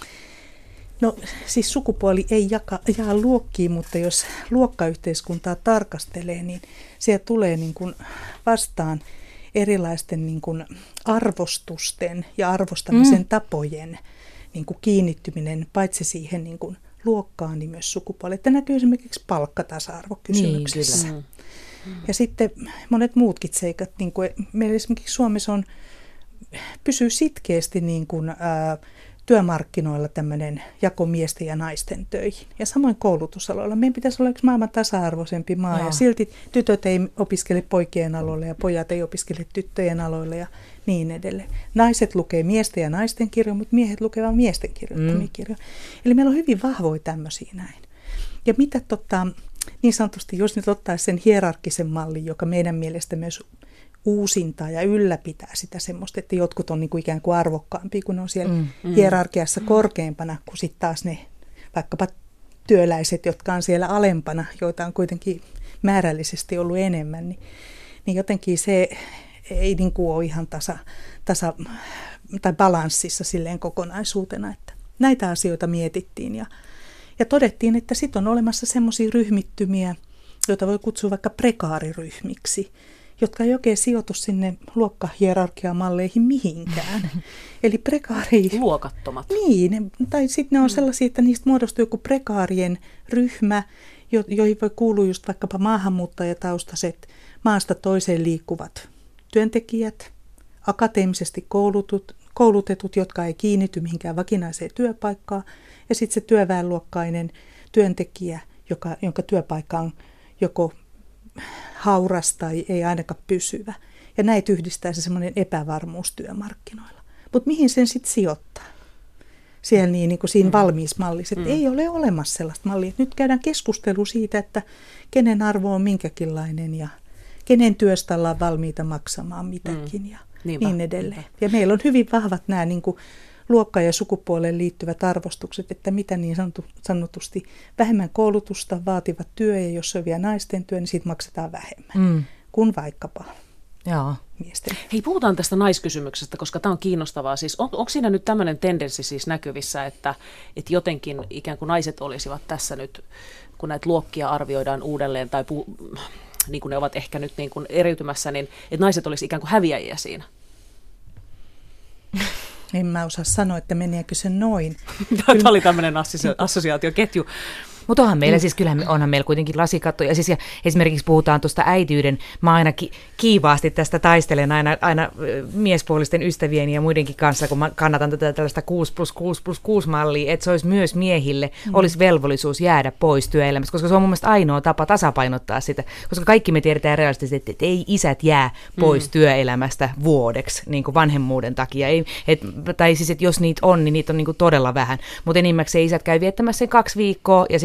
No siis sukupuoli ei jaka, jaa luokkiin, mutta jos luokkayhteiskuntaa tarkastelee, niin siellä tulee niin kuin vastaan erilaisten niin kuin arvostusten ja arvostamisen mm. tapojen niin kuin kiinnittyminen paitsi siihen niin kuin luokkaan, niin myös sukupuoli. Tämä näkyy esimerkiksi palkkatasa-arvokysymyksessä. Niin, mm. Ja sitten monet muutkin seikat, niin kuin meillä esimerkiksi Suomessa on, pysyy sitkeästi niin kuin, ää, työmarkkinoilla tämmöinen jako miesten ja naisten töihin. Ja samoin koulutusaloilla. Meidän pitäisi olla yksi maailman tasa-arvoisempi maa. Joo. Ja silti tytöt ei opiskele poikien aloille ja pojat ei opiskele tyttöjen aloille ja niin edelleen. Naiset lukee miesten ja naisten kirjoja, mutta miehet lukevat miesten kirjoittamia mm. kirjoja. Eli meillä on hyvin vahvoja tämmöisiä näin. Ja mitä tota, niin sanotusti, jos nyt ottaisi sen hierarkkisen mallin, joka meidän mielestä myös uusintaa ja ylläpitää sitä semmoista, että jotkut on niin kuin ikään kuin arvokkaampia, kun ne on siellä mm, mm. hierarkiassa korkeampana, kuin sitten taas ne vaikkapa työläiset, jotka on siellä alempana, joita on kuitenkin määrällisesti ollut enemmän, niin, niin jotenkin se ei niin kuin ole ihan tasa, tasa tai balanssissa silleen kokonaisuutena, että näitä asioita mietittiin ja, ja todettiin, että sitten on olemassa semmoisia ryhmittymiä, joita voi kutsua vaikka prekaariryhmiksi, jotka ei oikein sijoitu sinne luokkahierarkiamalleihin mihinkään. Eli prekaari... Luokattomat. Niin, ne, tai sitten ne on sellaisia, että niistä muodostuu joku prekaarien ryhmä, jo, joihin voi kuulua just vaikkapa maahanmuuttajataustaiset, maasta toiseen liikkuvat työntekijät, akateemisesti koulutut, koulutetut, jotka ei kiinnity mihinkään vakinaiseen työpaikkaan, ja sitten se työväenluokkainen työntekijä, joka, jonka työpaikka on joko hauras tai ei ainakaan pysyvä. Ja näitä yhdistää se semmoinen epävarmuus työmarkkinoilla. Mutta mihin sen sitten sijoittaa? Siellä niin, niin kuin siinä mm. valmiismallissa, että mm. ei ole olemassa sellaista mallia. Nyt käydään keskustelua siitä, että kenen arvo on minkäkinlainen ja kenen työstä ollaan valmiita maksamaan mitäkin mm. ja Niinpä. niin edelleen. Niinpä. Ja meillä on hyvin vahvat nämä niin kuin luokka- ja sukupuoleen liittyvät arvostukset, että mitä niin sanotusti vähemmän koulutusta vaativat työ, ja jos se on vielä naisten työ, niin siitä maksetaan vähemmän mm. kuin vaikkapa Joo. miesten. Hei, puhutaan tästä naiskysymyksestä, koska tämä on kiinnostavaa. Siis on, onko siinä nyt tämmöinen tendenssi siis näkyvissä, että, että jotenkin ikään kuin naiset olisivat tässä nyt, kun näitä luokkia arvioidaan uudelleen, tai pu, niin kuin ne ovat ehkä nyt niin kuin eriytymässä, niin että naiset olisivat ikään kuin häviäjiä siinä? En mä osaa sanoa, että meneekö se noin. Tämä oli tämmöinen assosiaatioketju. Mutta onhan meillä, siis kyllähän onhan meillä kuitenkin lasikatto, ja siis ja esimerkiksi puhutaan tuosta äitiyden, mä aina ki- kiivaasti tästä taistelen aina, aina miespuolisten ystävieni ja muidenkin kanssa, kun mä kannatan tätä tällaista kuusi plus kuusi plus kuusi mallia, että se olisi myös miehille, mm. olisi velvollisuus jäädä pois työelämästä, koska se on mun mielestä ainoa tapa tasapainottaa sitä, koska kaikki me tiedetään realistisesti, että, että ei isät jää pois mm. työelämästä vuodeksi niin kuin vanhemmuuden takia, ei, et, tai siis, että jos niitä on, niin niitä on niin kuin todella vähän, mutta enimmäkseen isät käy viettämässä sen kaksi viikkoa, ja sitten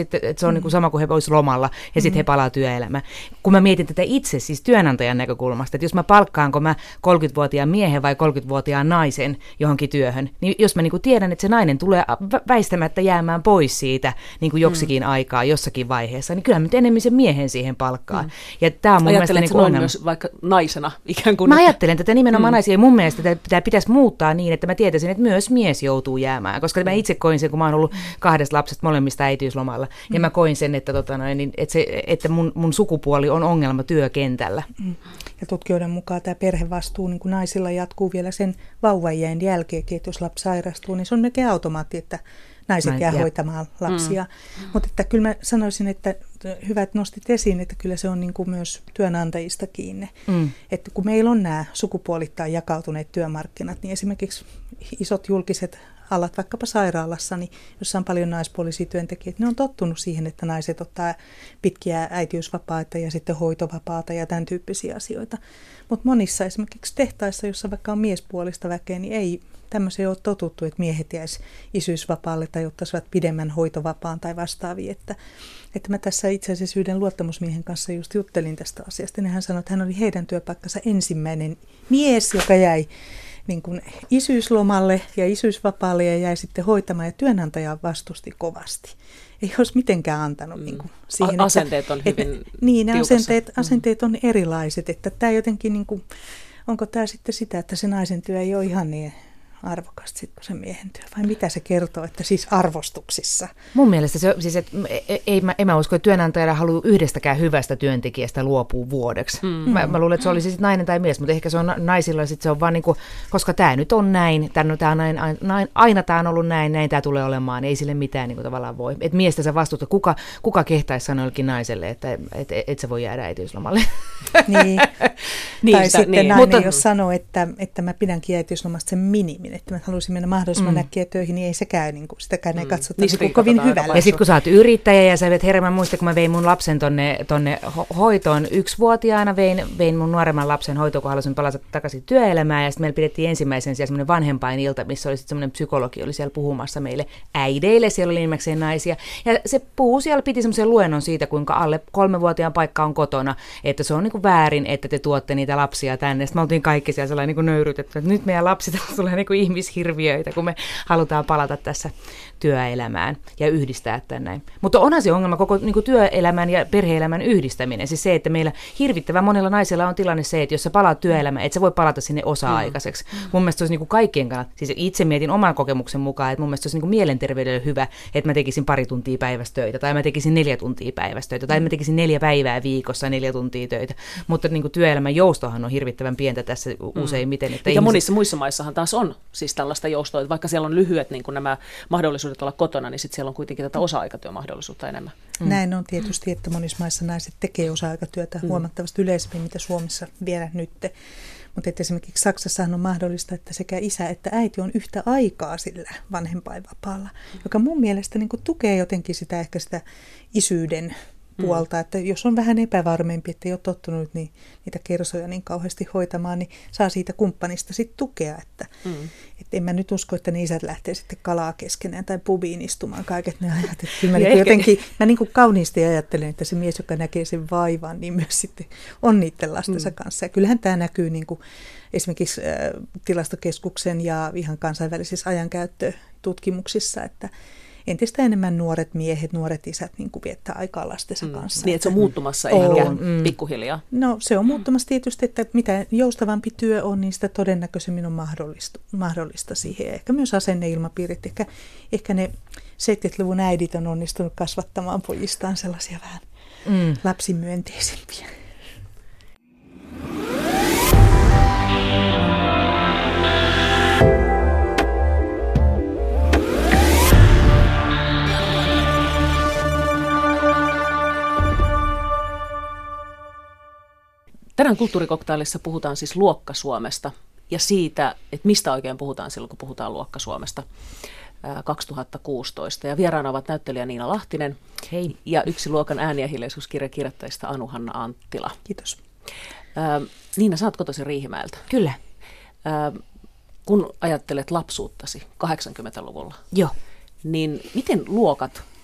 sitten, että se on mm. niin kuin sama kuin he olisivat lomalla ja sitten mm. he palaa työelämään. Kun mä mietin tätä itse siis työnantajan näkökulmasta, että jos mä palkkaanko mä kolmekymmentävuotiaan miehen vai kolmekymmentävuotiaan naisen johonkin työhön, niin jos mä niin kuin tiedän, että se nainen tulee väistämättä jäämään pois siitä niin kuin joksikin mm. aikaa jossakin vaiheessa, niin kyllä mä enemmän sen miehen siihen palkkaan. Mm. Ja tää on mun ajattelen, mielestä että niin myös vaikka naisena ikään kuin. Mä ajattelen tätä nimenomaan mm. naisia, ja mun mielestä tätä pitää, pitäisi muuttaa niin, että mä tietäisin, että myös mies joutuu jäämään, koska mä itse koin sen, kun mä oon ollut kahdesta lapsesta molemmista äitiyslomalla, mm. ja mä koin sen, että, tota noin, niin, että, se, että mun, mun sukupuoli on ongelma työkentällä. Mm. Ja tutkijoiden mukaan tämä perhevastuu niin kuin naisilla jatkuu vielä sen vauvajien jälkeenkin, että jos lapsi sairastuu, niin se on melkein automaatti, että naiset Näin, jää jää hoitamaan lapsia. Mm. Mutta että kyllä mä sanoisin, että hyvä, että nostit esiin, että kyllä se on niin kuin myös työnantajista kiinni. Mm. Että kun meillä on nämä sukupuolittain jakautuneet työmarkkinat, niin esimerkiksi isot julkiset alat vaikkapa sairaalassa, niin jossa on paljon naispuolisia työntekijöitä, ne on tottunut siihen, että naiset ottaa pitkiä äitiysvapaita ja sitten hoitovapaata ja tämän tyyppisiä asioita. Mutta monissa esimerkiksi tehtaissa, jossa vaikka on miespuolista väkeä, niin ei tämmöiseen ole totuttu, että miehet jäisi isyysvapaalle tai ottaisivat pidemmän hoitovapaan tai vastaavia. Että, että mä tässä itse asiassa yhden luottamusmiehen kanssa just juttelin tästä asiasta, niin hän sanoi, että hän oli heidän työpaikkansa ensimmäinen mies, joka jäi niin kuin isyyslomalle ja isyysvapaalle ja jäi sitten hoitamaan, ja työnantaja vastusti kovasti. Ei olisi mitenkään antanut mm. niin kuin siihen, asenteet että, on hyvin että, niin, ne asenteet, mm. asenteet on erilaiset, että tämä jotenkin, niin kuin, onko tämä sitten sitä, että se naisen työ ei ole ihan niin arvokasta sitten kuin se miehen työ, vai mitä se kertoo, että siis arvostuksissa? Mun mielestä se, siis, että ei, mä, en mä usko, että työnantajalla haluaa yhdestäkään hyvästä työntekijästä luopua vuodeksi. Mm. Mä, mä luulen, että se oli sitten nainen tai mies, mutta ehkä se on naisilla sitten se on vaan niin kuin, koska tämä nyt on näin, tämän, tämä on näin, näin aina tämä on ollut näin, näin tämä tulee olemaan, ei sille mitään niin kuin tavallaan voi. Että miestä sä vastuuta, kuka, kuka kehtaisi sanoa jollekin naiselle, että et, et, et sä voi jäädä äitiyslomalle. Niin. niin, tai sitä, sitten niin. nainen, mutta, jos sanoo, että, että mä pidänkin äitiyslomasta sen minimin, että mä haluaisin mennä mahdollisimman mm. äkkiä töihin, niin ei se käy, niin kuin, sitäkään ei katsota niin niin kovin hyvällä. Ja sitten kun sä oot yrittäjä ja sä vet herran, muista, kun mä vein mun lapsen tonne, tonne ho- hoitoon yksivuotiaana, vein, vein mun nuoremman lapsen hoitoon, kun halusin palata takaisin työelämään, ja sitten meillä pidettiin ensimmäisen siellä semmoinen vanhempainilta, missä oli sitten semmoinen psykologi, oli siellä puhumassa meille äideille, siellä oli enimmäkseen naisia, ja se puhui siellä, piti semmoisen luennon siitä, kuinka alle kolmevuotiaan paikka on kotona, että se on niin kuin väärin, että te tuotte niitä lapsia tänne. Sitten me oltiin kaikki siellä sellainen niin kuin nöyrytetty, että nyt meidän lapset tulee niin kuin ihmishirviöitä, kun me halutaan palata tässä työelämään ja yhdistää tänne. Mutta onhan se ongelma koko niin kuin työelämän ja perhe-elämän yhdistäminen. Siis se, että meillä hirvittävän monilla naisilla on tilanne se, että jos sä palaat työelämään, et sä voi palata sinne osa-aikaiseksi. Mm. Mun mielestä se olisi niin kuin kaikkien kannalta, siis itse mietin oman kokemuksen mukaan, että mun mielestä se olisi niin kuin mielenterveydelle hyvä, että mä tekisin pari tuntia päivästä töitä, tai mä tekisin neljä tuntia päivästä töitä, tai mä tekisin neljä päivää viikossa neljä tuntia töitä. Mutta niin kuin työelämän joustohan on hirvittävän pientä tässä useimmiten. Että ja ihmiset... monissa muissa maissahan taas on siis tällaista joustoa, että vaikka siellä on lyhyet niin kuin nämä mahdollisuudet olla kotona, niin sitten siellä on kuitenkin tätä osa-aikatyömahdollisuutta enemmän. Mm. Näin on tietysti, että monissa maissa naiset tekee osa-aikatyötä mm. huomattavasti yleisemmin, mitä Suomessa vielä nyt. Mutta esimerkiksi Saksassahan on mahdollista, että sekä isä että äiti on yhtä aikaa sillä vanhempainvapaalla, joka mun mielestä niin kuin tukee jotenkin sitä ehkä sitä isyyden puolta, mm. että jos on vähän epävarmempi, että ei ole tottunut niin, niitä kersoja niin kauheasti hoitamaan, niin saa siitä kumppanista sitten tukea, että mm. et en mä nyt usko, että ne isät lähtee sitten kalaa keskenään tai pubiin istumaan kaiket ne ajat. Että kyllä mä niin jotenkin, mä niin kuin kauniisti ajattelen, että se mies, joka näkee sen vaivan, niin myös sitten on niiden lastensa mm. kanssa. Ja kyllähän tämä näkyy niin kuin esimerkiksi äh, tilastokeskuksen ja ihan kansainvälisissä ajankäyttötutkimuksissa, että entistä enemmän nuoret miehet, nuoret isät niin kuin viettää aikaa lastensa mm. kanssa. Niin, että se on muuttumassa mm. ehkä mm. pikkuhiljaa. No se on muuttumassa tietysti, että mitä joustavampi työ on, niin sitä todennäköisemmin on mahdollista, mahdollista siihen. Ehkä myös asenneilmapiirit. Ehkä, ehkä ne seitsemänkymmentäluvun äidit on onnistunut kasvattamaan pojistaan sellaisia vähän mm. lapsimyönteisempiä. Tänään Kulttuurikoktailissa puhutaan siis Luokka-Suomesta ja siitä, että mistä oikein puhutaan silloin, kun puhutaan Luokka-Suomesta kaksituhattakuusitoista. Ja vieraana ovat näyttelijä Niina Lahtinen. Hei. Ja yksi luokan ääni- ja hiljaisuuskirjan kirjoittajista Anu-Hanna Anttila. Kiitos. Ää, Niina, sä oot kotoisin Riihimäeltä. Kyllä. Ää, kun ajattelet lapsuuttasi kahdeksankymmentäluvulla, Joo. niin miten luokat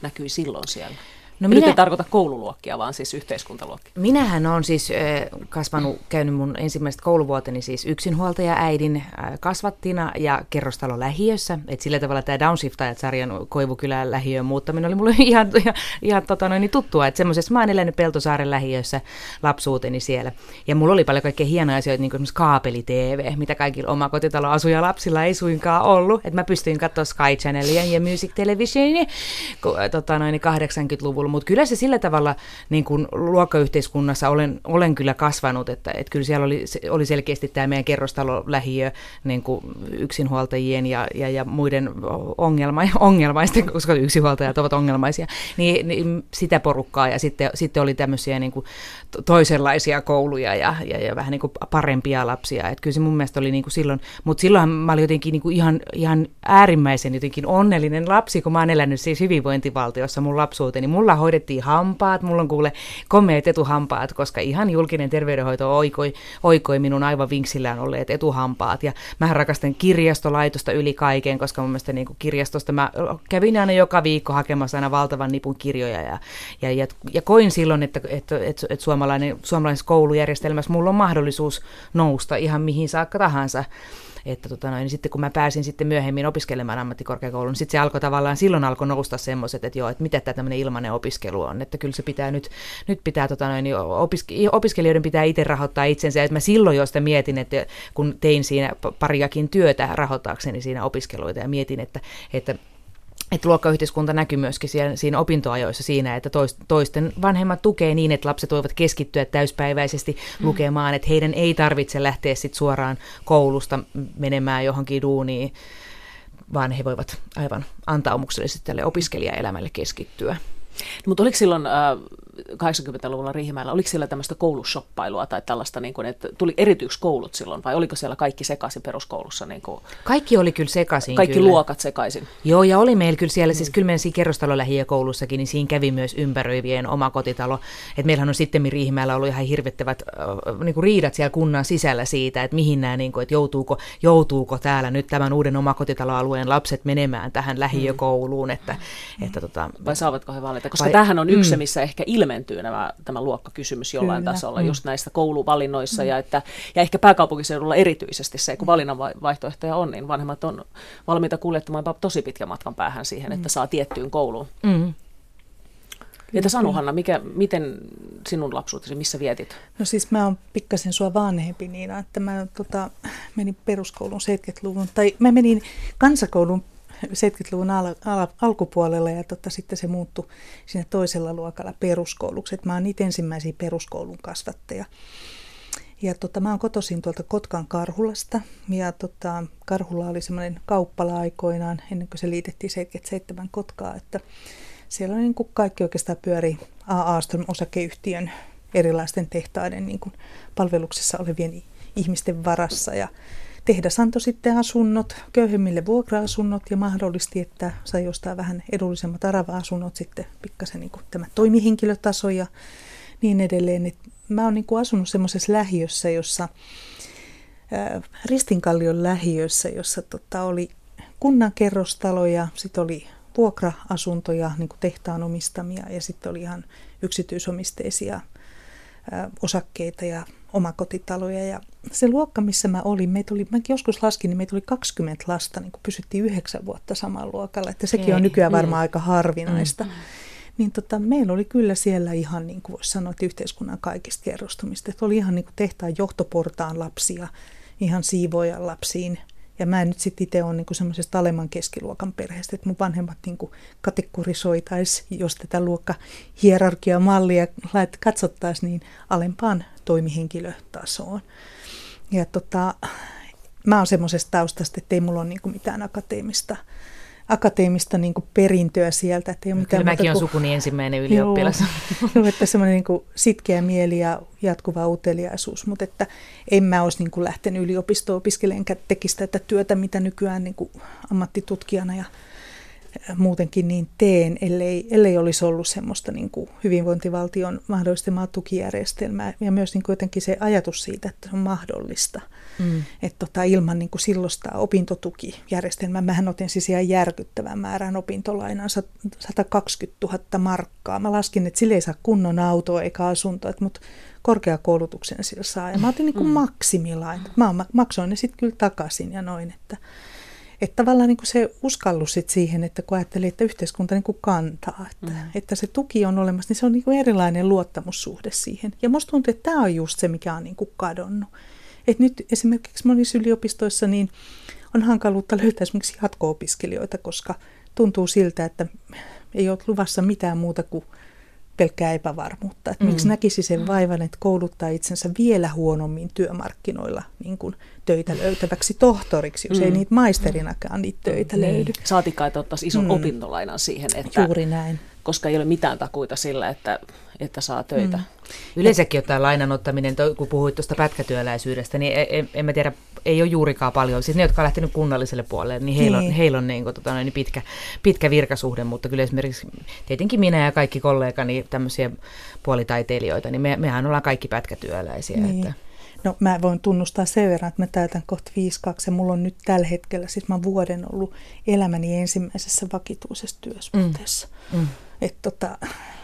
näkyi silloin siellä? No minä, minä, nyt ei tarkoita koululuokkia, vaan siis yhteiskuntaluokkia. Minähän olen siis äh, kasvanut, käynyt mun ensimmäiset kouluvuoteni siis yksinhuoltaja-äidin äh, kasvattina ja kerrostalolähiössä. Et sillä tavalla tämä Downshiftajat-sarjan Koivukylän lähiöön muuttaminen oli mulle ihan, ihan, ihan tota noin, tuottua. Että semmoisessa mä oon elänyt Peltosaaren lähiössä lapsuuteni siellä. Ja mulla oli paljon kaikkea hienoja asioita, niin kuin esimerkiksi kaapeli-T V, mitä kaikilla omakotitalo asuja lapsilla ei suinkaan ollut. Että mä pystyin katsoa Sky Channelia ja Music Televisionia tota noin, kahdeksankymmentäluvulla. Mutta kyllä se sillä tavalla niin kun luokkayhteiskunnassa olen, olen kyllä kasvanut, että, että kyllä siellä oli, oli selkeästi tämä meidän kerrostalolähiö niin kuin yksinhuoltajien ja, ja, ja muiden ongelma, ongelmaisten, koska yksinhuoltajat ovat ongelmaisia, niin, niin sitä porukkaa ja sitten, sitten oli tämmöisiä niin kuin toisenlaisia kouluja ja, ja, ja vähän niin kuin parempia lapsia. Että kyllä se mun mielestä oli niin kuin silloin, mutta silloin mä olin jotenkin niin kuin ihan, ihan äärimmäisen jotenkin onnellinen lapsi, kun mä oon elänyt siis hyvinvointivaltiossa mun lapsuuteni. Mulla hoidettiin hampaat, mulla on kuule komeat etuhampaat, koska ihan julkinen terveydenhoito oikoi, oikoi minun aivan vinksillään olleet etuhampaat. Ja mä rakastan kirjastolaitosta yli kaiken, koska mun mielestä niin kuin kirjastosta mä kävin aina joka viikko hakemassa aina valtavan nipun kirjoja. Ja, ja, ja, ja koin silloin, että, että, että, että suomalainen, suomalaisessa koulujärjestelmässä mulla on mahdollisuus nousta ihan mihin saakka tahansa. Että tota noin, niin sitten kun mä pääsin sitten myöhemmin opiskelemaan ammattikorkeakouluun, niin sitten se alkoi tavallaan, silloin alkoi nousta semmoiset, että joo, että mitä tämä tämmöinen ilmainen opiskelu on, että kyllä se pitää nyt, nyt pitää tota noin, opiske- opiskelijoiden pitää itse rahoittaa itsensä, että mä silloin jo sitä mietin, että kun tein siinä pariakin työtä rahoittaakseni siinä opiskeluita ja mietin, että, että Että luokkayhteiskunta näkyy myöskin siinä, siinä opintoajoissa siinä, että toisten vanhemmat tukee niin, että lapset voivat keskittyä täyspäiväisesti mm. lukemaan, että heidän ei tarvitse lähteä sit suoraan koulusta menemään johonkin duuniin, vaan he voivat aivan antaumuksellisesti tälle opiskelijaelämälle keskittyä. No, mutta oliko silloin äh, kahdeksankymmentäluvulla Riihimäellä, oliko siellä tämmöistä koulushoppailua tai tällaista, niin kuin, että tuli erityiksi koulut silloin, vai oliko siellä kaikki sekaisin peruskoulussa? Niin kuin, kaikki oli kyllä sekaisin. Kaikki kyllä. luokat sekaisin. Joo, ja oli meillä kyllä siellä, mm. siis kyllä meidän siinä kerrostalolähiökoulussakin, niin siinä kävi myös ympäröivien omakotitalo. Että meillähän on sitten Riihimäellä ollut ihan hirvittävät äh, niin kuin riidat siellä kunnan sisällä siitä, että mihin nämä, niin kuin, että joutuuko, joutuuko täällä nyt tämän uuden omakotitaloalueen lapset menemään tähän lähiökouluun. Että, mm. että, tota, vai saavatko he valita? Koska vai, tämähän on yksi, mm. missä ehkä ilmentyy nämä, tämä luokkakysymys jollain Kyllä. tasolla, mm. just näissä kouluvalinnoissa, mm. ja, että, ja ehkä pääkaupunkiseudulla erityisesti se, kun valinnan vaihtoehtoja on, niin vanhemmat on valmiita kuljettamaan tosi pitkän matkan päähän siihen, mm. että saa tiettyyn kouluun. Mm. Entä Sanu Hanna, mikä, miten sinun lapsuutesi, missä vietit? No siis mä oon pikkasen sua vanhempi Niina, että mä tota, menin peruskoulun seitsemänkymmentäluvun, tai mä menin kansakoulun seitsemänkymmentäluvun al- al- alkupuolella ja tota, sitten se muuttui siinä toisella luokalla peruskouluksi. Et mä oon niitä ensimmäisiä peruskoulun kasvattajia. Ja tota, mä oon kotoisin tuolta Kotkan Karhulasta ja tota, Karhula oli semmoinen kauppala aikoinaan ennen kuin se liitettiin seitsemänkymmentäseitsemän Kotkaa, että siellä oli niin kuin kaikki oikeastaan pyöri A A Aston osakeyhtiön erilaisten tehtaiden niin kuin palveluksessa olevien ihmisten varassa ja tehdas antoi sitten asunnot, köyhemmille vuokra-asunnot ja mahdollisti, että sai jostain vähän edullisemmat arava-asunnot sitten pikkasen niin kuin tämä toimihenkilötaso ja niin edelleen. Et mä oon niin kuin asunut semmoisessa lähiössä, jossa ää, Ristinkallion lähiössä, jossa tota, oli kunnan kerrostalo ja sitten oli vuokra-asuntoja, niin kuin tehtaan omistamia ja sitten oli ihan yksityisomisteisia ää, osakkeita ja omakotitaloja ja se luokka, missä mä olin, meitä oli, mä joskus laskin, niin meitä oli kaksikymmentä lasta, niin kun pysyttiin yhdeksän vuotta samalla luokalla, että sekin Hei. on nykyään varmaan mm. aika harvinaista. Mm. Niin tota, meillä oli kyllä siellä ihan, niin kuin voisi sanoa, että yhteiskunnan kaikista kerrostumista, että oli ihan niin kuin tehtaan johtoportaan lapsia, ihan siivoojan lapsiin. Ja mä nyt sitten itse olen niin semmoisesta alemman keskiluokan perheestä, että mun vanhemmat niin kategorisoitaisiin, jos tätä luokkahierarkiamallia katsottaisiin, niin alempaan toimihenkilötasoon. Ja tota, mä oon semmoisesta taustasta, että ei mulla ole niin mitään akateemista, akateemista niin perintöä sieltä. Että ei ole mitään Kyllä mäkin olen kuin, sukuni ensimmäinen ylioppilas. Joo, että semmoinen niin sitkeä mieli ja jatkuva uteliaisuus, mutta että en mä olisi niin kuin lähtenyt yliopistoon opiskelemaan, enkä tekisi tätä työtä, mitä nykyään niin kuin ammattitutkijana ja muutenkin niin teen, ellei, ellei olisi ollut semmoista niin kuin hyvinvointivaltion mahdollistamaa tukijärjestelmää ja myös niin kuin jotenkin se ajatus siitä, että se on mahdollista. Mm. Että tota, ilman niin kuin silloista opintotukijärjestelmää, mähän otin siis ihan järkyttävän määrän opintolainaa, sata kaksikymmentätuhatta markkaa. Mä laskin, että sille ei saa kunnon autoa eikä asuntoa, mutta korkeakoulutuksen sillä saa. Ja mä otin niin kuin mm. maksimillaan. Mä maksoin ne sitten kyllä takaisin ja noin, että Että tavallaan niin kuin se uskallus sit siihen, että kun ajattelee, että yhteiskunta niin kuin kantaa, että, mm. että se tuki on olemassa, niin se on niin kuin erilainen luottamussuhde siihen. Ja musta tuntuu, että tämä on just se, mikä on niin kuin kadonnut. Että nyt esimerkiksi monissa yliopistoissa niin on hankaluutta löytää esimerkiksi jatko-opiskelijoita, koska tuntuu siltä, että ei ole luvassa mitään muuta kuin pelkkää epävarmuutta. Että mm. miksi näkisi sen vaivan, että kouluttaa itsensä vielä huonommin työmarkkinoilla niin kuin töitä löytäväksi tohtoriksi, jos mm. ei niitä maisterinakaan niitä töitä mm. löydy. Saatikaan, että ottaisi ison mm. opintolainan siihen, että, juuri näin. Koska ei ole mitään takuita sillä, että, että saa töitä. Mm. Yleensäkin ottaen lainan ottaminen, kun puhuit tuosta pätkätyöläisyydestä, niin en, en mä tiedä, ei ole juurikaan paljon. Siis ne, jotka on lähtenyt kunnalliselle puolelle, niin heillä on, niin. heillä on niin kuin, tota, niin pitkä, pitkä virkasuhde, mutta kyllä esimerkiksi tietenkin minä ja kaikki kollegani tämmöisiä puolitaiteilijoita, niin me, mehän ollaan kaikki pätkätyöläisiä. Niin. Että. No mä voin tunnustaa sen verran, että mä täytän kohta viisikymmentäkaksi ja mulla on nyt tällä hetkellä, siis mä vuoden ollut elämäni ensimmäisessä vakituisessa työsuhteessa. Mm. Mm. Että tota,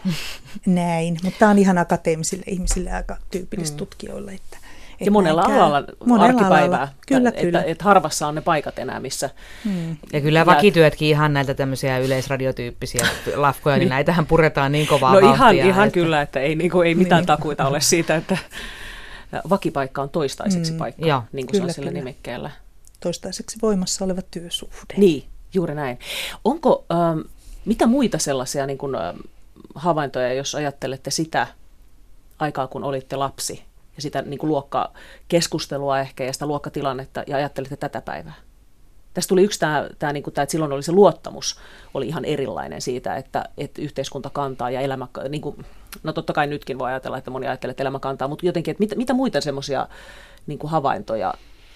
näin, mutta tämä on ihan akateemisille ihmisille aika tyypillistä mm. tutkijoille. Että, et ja monella käy, alalla monella arkipäivää, alalla. Kyllä, että, kyllä. että, että harvassa on ne paikat enää, missä. Mm. Ja kyllä vakityötkin ihan näiltä tämmöisiä yleisradiotyyppisiä lafkoja, niin näitähän puretaan niin kovaa no vauhtia. No ihan, ihan että. kyllä, että ei, niin kuin, ei mitään niin. takuita ole siitä, että vakipaikka on toistaiseksi mm. paikka, Joo. niin kuin kyllä, se on sillä kyllä. nimikkeellä. Toistaiseksi voimassa oleva työsuhde. Niin, juuri näin. Onko, ähm, mitä muita sellaisia niin kuin, ähm, havaintoja, jos ajattelette sitä aikaa, kun olitte lapsi, ja sitä niin kuin luokkakeskustelua ehkä, ja sitä luokkatilannetta, ja ajattelette tätä päivää? Tässä tuli yksi tämä, tämä, niin kuin tämä, että silloin oli se luottamus, oli ihan erilainen siitä, että, että yhteiskunta kantaa, ja elämä, niin kuin, no totta kai nytkin voi ajatella, että moni ajattelee, että elämä kantaa, mutta jotenkin, että mitä, mitä muita semmoisia niin kuin havaintoja?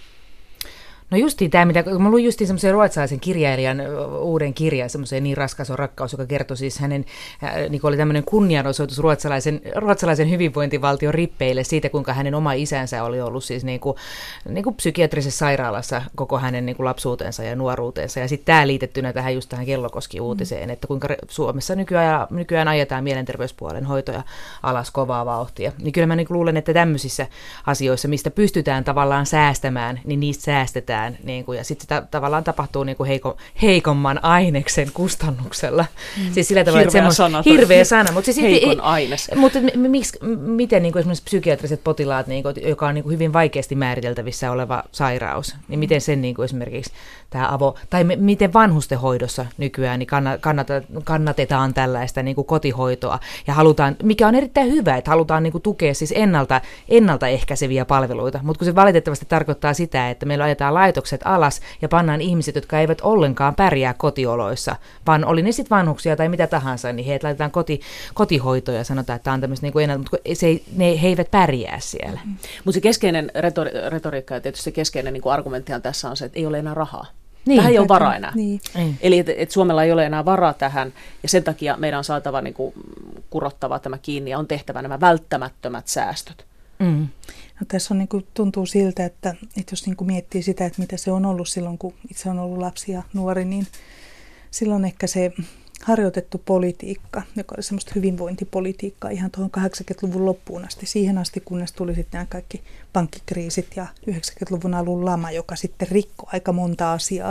No justiin tämä, mitä, mä luin justiin semmoisen ruotsalaisen kirjailijan uuden kirjan, semmoisen Niin raskas on rakkaus, joka kertoi siis hänen, niin oli tämmöinen kunnianosoitus ruotsalaisen, ruotsalaisen hyvinvointivaltion rippeille siitä, kuinka hänen oma isänsä oli ollut siis niin kuin, niin kuin psykiatrisessa sairaalassa koko hänen niin kuin lapsuutensa ja nuoruutensa. Ja sitten tämä liitettynä tähän just tähän Kellokoski-uutiseen, että kuinka Suomessa nykyään, nykyään ajetaan mielenterveyspuolen hoitoja alas kovaa vauhtia. Niin kyllä mä niin luulen, että tämmöisissä asioissa, mistä pystytään tavallaan säästämään, niin niistä säästetään. Niin kuin, ja sitten se tavallaan tapahtuu niin kuin heiko, heikomman aineksen kustannuksella. Mm. Siis sillä tavalla, hirveä että sana. Hirveä sana. Mutta siis, heikon aines. Mutta miksi, miten niin kuin esimerkiksi psykiatriset potilaat, niin kuin, joka on niin kuin hyvin vaikeasti määriteltävissä oleva sairaus, niin miten sen niin kuin esimerkiksi tämä avo, tai me, miten vanhustenhoidossa nykyään niin kannata, kannatetaan tällaista niin kuin kotihoitoa, ja halutaan, mikä on erittäin hyvä, että halutaan niin kuin tukea siis ennalta, ennaltaehkäiseviä palveluita, mutta kun se valitettavasti tarkoittaa sitä, että meillä ajetaan laitokset alas ja pannaan ihmiset, jotka eivät ollenkaan pärjää kotioloissa, vaan oli ne sitten vanhuksia tai mitä tahansa, niin heitä laitetaan koti, kotihoitoon ja sanotaan, että tämä on tämmöistä, niin kuin ennalta, mutta se ei, ne, he eivät pärjää siellä. Mm. Mutta se keskeinen retori- retoriikka ja tietysti se keskeinen niin kuin argumenttihan tässä on se, että ei ole enää rahaa. Niin, tähän ei ole varaa enää. Niin. Eli että et Suomella ei ole enää varaa tähän, ja sen takia meidän on saatava niin kuin, kurottava tämä kiinni, ja on tehtävä nämä välttämättömät säästöt. Mm. No, tässä on, niin kuin, tuntuu siltä, että, että jos niin kuin miettii sitä, että mitä se on ollut silloin, kun itse on ollut lapsi ja nuori, niin silloin ehkä se harjoitettu politiikka, joka oli semmoista hyvinvointipolitiikkaa ihan tuohon kahdeksankymmentäluvun loppuun asti, siihen asti, kunnes tuli sitten nämä kaikki pankkikriisit ja yhdeksänkymmentäluvun alun lama, joka sitten rikkoi aika monta asiaa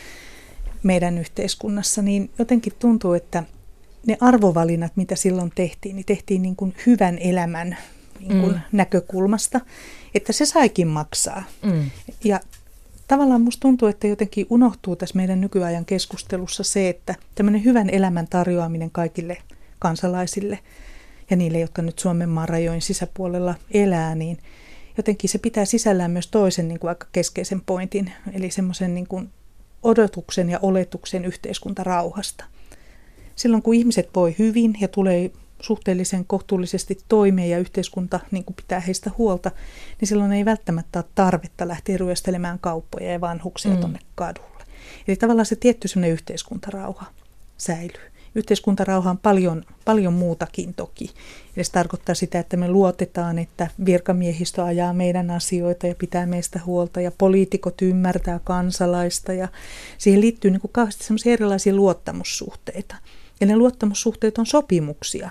meidän yhteiskunnassa, niin jotenkin tuntuu, että ne arvovalinnat, mitä silloin tehtiin, niin tehtiin niin kuin hyvän elämän niin kuin mm. näkökulmasta, että se saikin maksaa. Mm. Ja tavallaan musta tuntuu, että jotenkin unohtuu tässä meidän nykyajan keskustelussa se, että tämmöinen hyvän elämän tarjoaminen kaikille kansalaisille ja niille, jotka nyt Suomen maan rajojen sisäpuolella elää, niin jotenkin se pitää sisällään myös toisen niin kuin aika keskeisen pointin, eli semmoisen niin kuin odotuksen ja oletuksen yhteiskuntarauhasta. Silloin kun ihmiset voi hyvin ja tulee suhteellisen kohtuullisesti toimeen ja yhteiskunta niin kuin pitää heistä huolta, niin silloin ei välttämättä ole tarvetta lähteä ryöstelemään kauppoja ja vanhuksia mm. tuonne kadulle. Eli tavallaan se tietty sellainen yhteiskuntarauha. säilyy. Yhteiskuntarauha on paljon, paljon muutakin toki. Eli se tarkoittaa sitä, että me luotetaan, että virkamiehistö ajaa meidän asioita ja pitää meistä huolta ja poliitikot ymmärtää kansalaista ja siihen liittyy niin kuin kauheasti sellaisia erilaisia luottamussuhteita. Ja ne luottamussuhteet on sopimuksia,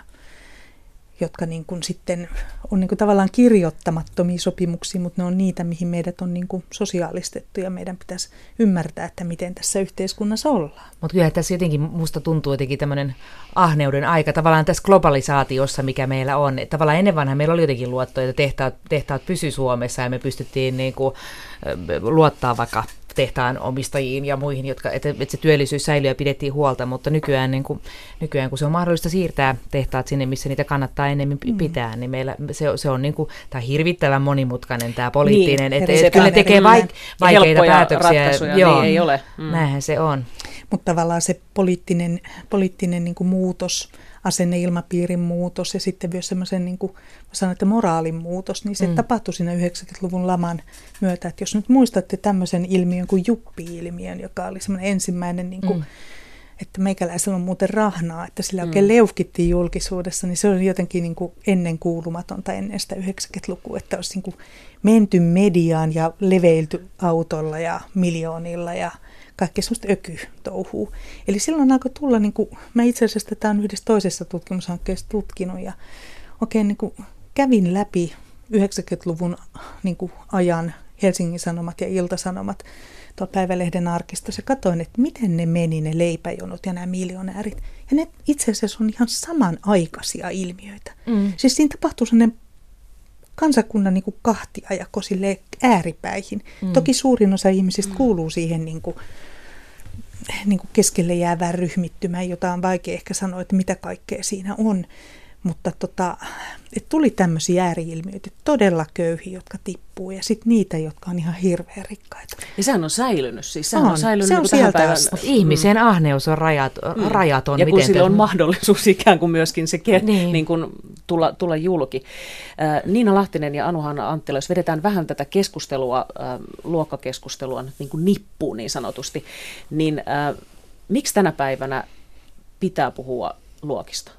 jotka niin kuin sitten on niin kuin tavallaan kirjoittamattomia sopimuksia, mutta ne on niitä, mihin meidät on niin kuin sosiaalistettu ja meidän pitäisi ymmärtää, että miten tässä yhteiskunnassa ollaan. Mutta kyllä tässä jotenkin musta tuntuu jotenkin tämmöinen ahneuden aika tavallaan tässä globalisaatiossa, mikä meillä on. Tavallaan ennen vanhaa meillä oli jotenkin luottoja, että tehtaat, tehtaat pysy Suomessa ja me pystyttiin niin kuin luottaa vaikka tehtaan omistajiin ja muihin, jotka, että, että se työllisyys säilyy ja pidettiin huolta, mutta nykyään, niin kuin, nykyään kun se on mahdollista siirtää tehtaat sinne, missä niitä kannattaa enemmän pitää, mm. niin meillä se, se on niin kuin, tämä hirvittävän monimutkainen tämä poliittinen, niin, että et, kyllä ne tekee vaik, vaikeita päätöksiä. Joo, niin ei ole. Mm. Näinhän se on. Mutta tavallaan se poliittinen, poliittinen niin kuin muutos, asenneilmapiirin muutos ja sitten myös semmoisen, niin kuin sanon, että moraalin muutos, niin se mm. tapahtui siinä yhdeksänkymmentäluvun laman myötä. Että jos nyt muistatte tämmöisen ilmiön kuin juppi-ilmiön, joka oli semmoinen ensimmäinen, niin kuin, mm. että meikäläisellä on muuten rahnaa, että sillä oikein mm. leukittiin julkisuudessa, niin se oli jotenkin niin kuin ennenkuulumatonta ennen sitä yhdeksänkymmentälukua, että olisi niin kuin menty mediaan ja leveilty autolla ja miljoonilla ja kaikkea semmoista öky-touhua. Eli silloin alkoi tulla, niin kuin, mä itse asiassa tätä on yhdessä toisessa tutkimushankkeessa tutkinut ja oikein niin kuin kävin läpi yhdeksänkymmentäluvun niin kuin ajan Helsingin Sanomat ja Ilta-Sanomat tuolla Päivälehden arkistossa ja katsoin, että miten ne meni ne leipäjonot ja nämä miljonäärit. Ja ne itse asiassa on ihan samanaikaisia ilmiöitä. Mm. Siis siinä tapahtuu sellainen kansakunnan niin kuin kahtiajako sille ääripäihin. Mm. Toki suurin osa ihmisistä mm. kuuluu siihen niin kuin, niin kuin keskelle jäävään ryhmittymään, jota on vaikea ehkä sanoa, että mitä kaikkea siinä on. Mutta tota, että tuli tämmöisiä ääri-ilmiöitä, todella köyhiä, jotka tippuu, ja sitten niitä, jotka on ihan hirveän rikkaita. Ja sehän on säilynyt siis. Sehän on, on säilynyt se on niin tähän päivän. Ihmisen ahneus on rajat, mm. rajaton. Ja kun miten sillä on te... mahdollisuus ikään kuin myöskin se ke- niin. niin kuin tulla, tulla julki. Äh, Niina Lahtinen ja Anu-Hanna Anttila, jos vedetään vähän tätä keskustelua, äh, luokkakeskustelua nyt niin kuin nippuun niin sanotusti, niin äh, miksi tänä päivänä pitää puhua luokista?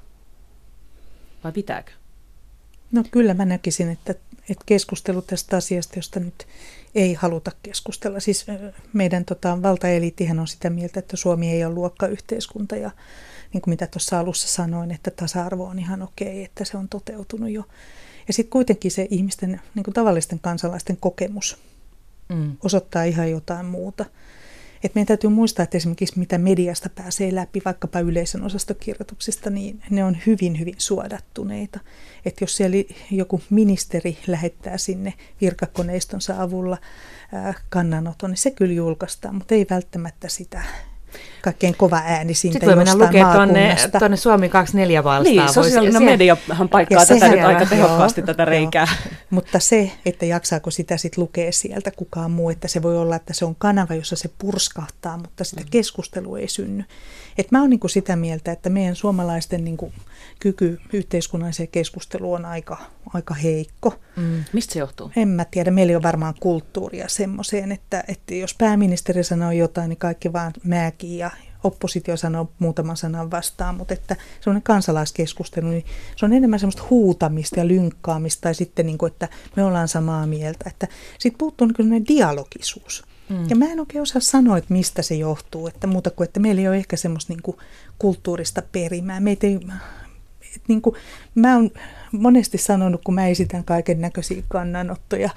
Vai pitääkö? No kyllä mä näkisin, että, että keskustelu tästä asiasta, josta nyt ei haluta keskustella. Siis meidän tota, valtaeliittihän on sitä mieltä, että Suomi ei ole luokkayhteiskunta ja niin kuin mitä tuossa alussa sanoin, että tasa-arvo on ihan okei, että se on toteutunut jo. Ja sitten kuitenkin se ihmisten, niin kuin tavallisten kansalaisten kokemus mm. osoittaa ihan jotain muuta. Et meidän täytyy muistaa, että esimerkiksi mitä mediasta pääsee läpi, vaikkapa yleisön osastokirjoituksista, niin ne on hyvin, hyvin suodattuneita. Että jos siellä joku ministeri lähettää sinne virkakoneistonsa avulla ää, kannanoton, niin se kyllä julkaistaan, mutta ei välttämättä sitä kaikkein kova äänisintä jostain maakunnasta. Sitten voi mennä lukea tuonne Suomi kaksikymmentäneljä valstaa. Niin, sosiaalinen mediahan paikkaa tätä nyt aika tehokkaasti, joo, tätä reikää. Joo. Mutta se, että jaksaako sitä sitten lukea sieltä kukaan muu, että se voi olla, että se on kanava, jossa se purskahtaa, mutta sitä keskustelua ei synny. Et mä oon niinku sitä mieltä, että meidän suomalaisten niinku kyky yhteiskunnalliseen keskusteluun on aika, aika heikko. Mm. Mistä se johtuu? En mä tiedä. Meillä on varmaan kulttuuria semmoiseen, että, että jos pääministeri sanoo jotain, niin kaikki vaan määkii ja oppositio sanoo muutaman sanan vastaan, mutta että semmoinen kansalaiskeskustelu, niin se on enemmän semmoista huutamista ja lynkkaamista tai sitten, niin kuin, että me ollaan samaa mieltä. Että siitä puuttuu niin semmoinen dialogisuus. Mm. Ja mä en oikein osaa sanoa, että mistä se johtuu, että muuta kuin, että meillä ei ole ehkä semmoista niin kuin kulttuurista perimää. Meitä ei, et niin kuin, mä oon monesti sanonut, kun mä esitän kaiken näköisiä kannanottoja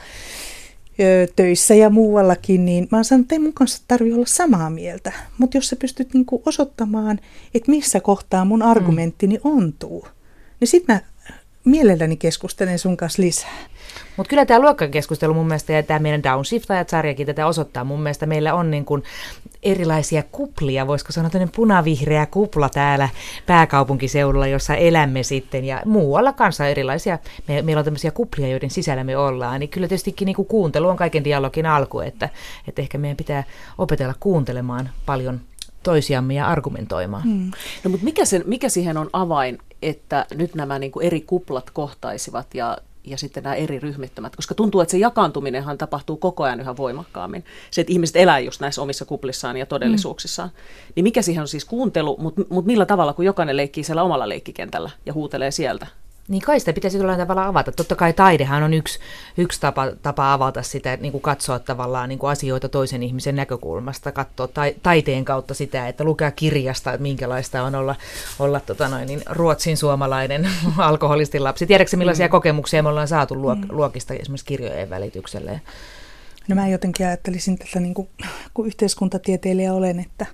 ö, töissä ja muuallakin, niin mä oon sanonut, että ei mun kanssa tarvitse olla samaa mieltä. Mutta jos sä pystyt niin kuin osoittamaan, että missä kohtaa mun argumenttini ontuu, niin sit mä mielelläni keskustelen sun kanssa lisää. Mutta kyllä tämä luokkakeskustelu mun mielestä ja tämä meidän Downshiftajat-sarjakin tätä osoittaa. Mun mielestä meillä on niin kuin erilaisia kuplia, voisiko sanoa tämmöinen punavihreä kupla täällä pääkaupunkiseudulla, jossa elämme sitten ja muualla kanssa erilaisia. Me, meillä on tämmöisiä kuplia, joiden sisällä me ollaan. Niin kyllä tietystikin niin kuin kuuntelu on kaiken dialogin alku, että, että ehkä meidän pitää opetella kuuntelemaan paljon toisiamme ja argumentoimaan. Hmm. No mutta mikä, sen, mikä siihen on avain, että nyt nämä niin kuin eri kuplat kohtaisivat ja ja sitten nämä eri ryhmittymät, koska tuntuu, että se jakaantuminenhan tapahtuu koko ajan yhä voimakkaammin. Se, että ihmiset elää just näissä omissa kuplissaan ja todellisuuksissaan. Mm. Niin mikä siihen on siis kuuntelu, mutta mut millä tavalla, kun jokainen leikkii siellä omalla leikkikentällä ja huutelee sieltä? Niin kai sitä pitäisi jollain tavalla avata. Totta kai taidehan on yksi, yksi tapa, tapa avata sitä, niin kuin katsoa tavallaan niin kuin asioita toisen ihmisen näkökulmasta, katsoa ta- taiteen kautta sitä, että lukea kirjasta, että minkälaista on olla, olla tota noin, niin ruotsin suomalainen alkoholistin lapsi. Tiedätkö millaisia mm. kokemuksia me ollaan saatu luok- luokista esimerkiksi kirjojen välityksellä? No mä jotenkin ajattelisin tätä, niin kuin, kun yhteiskuntatieteilijä olen, että,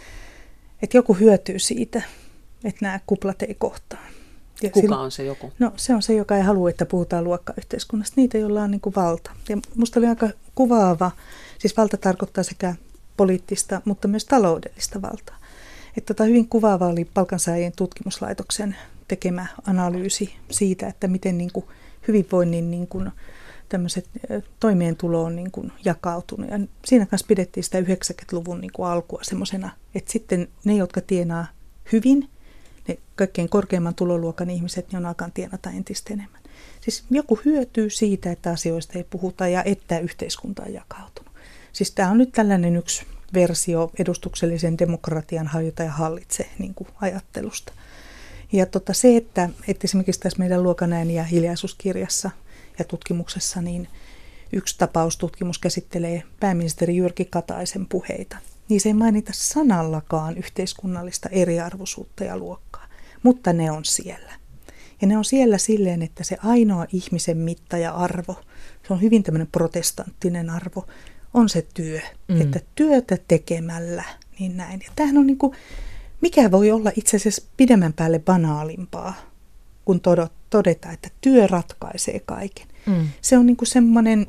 että joku hyötyy siitä, että nämä kuplat ei kohtaa. Ja Kuka silloin, on se joku? No se on se, joka ei halua, että puhutaan luokkayhteiskunnasta. Niitä, joilla on niin kuin valta. Ja musta oli aika kuvaava, siis valta tarkoittaa sekä poliittista, mutta myös taloudellista valtaa. Että tota hyvin kuvaava oli Palkansaajien tutkimuslaitoksen tekemä analyysi siitä, että miten niin kuin hyvinvoinnin niin kuin tämmöiset toimeentulo on niin kuin jakautunut. Ja siinä kanssa pidettiin sitä yhdeksänkymmentäluvun niin kuin alkua semmoisena, että sitten ne, jotka tienaa hyvin, ne kaikkein korkeimman tuloluokan ihmiset, niin on alkaa tienata entistä enemmän. Siis joku hyötyy siitä, että asioista ei puhuta ja että yhteiskunta on jakautunut. Siis tämä on nyt tällainen yksi versio edustuksellisen demokratian hajota ja hallitse niin kuin ajattelusta. Ja tota se, että, että esimerkiksi tässä meidän luokanääni ja hiljaisuuskirjassa ja tutkimuksessa, niin yksi tapaustutkimus käsittelee pääministeri Jyrki Kataisen puheita. Niin se ei mainita sanallakaan yhteiskunnallista eriarvoisuutta ja luokkaa, mutta ne on siellä. Ja ne on siellä silleen, että se ainoa ihmisen mitta ja arvo, se on hyvin tämmöinen protestanttinen arvo, on se työ. Mm. Että työtä tekemällä, niin näin. Ja tämähän on niin kuin, mikä voi olla itse asiassa pidemmän päälle banaalimpaa, kun todeta, että työ ratkaisee kaiken. Mm. Se on niin kuin semmoinen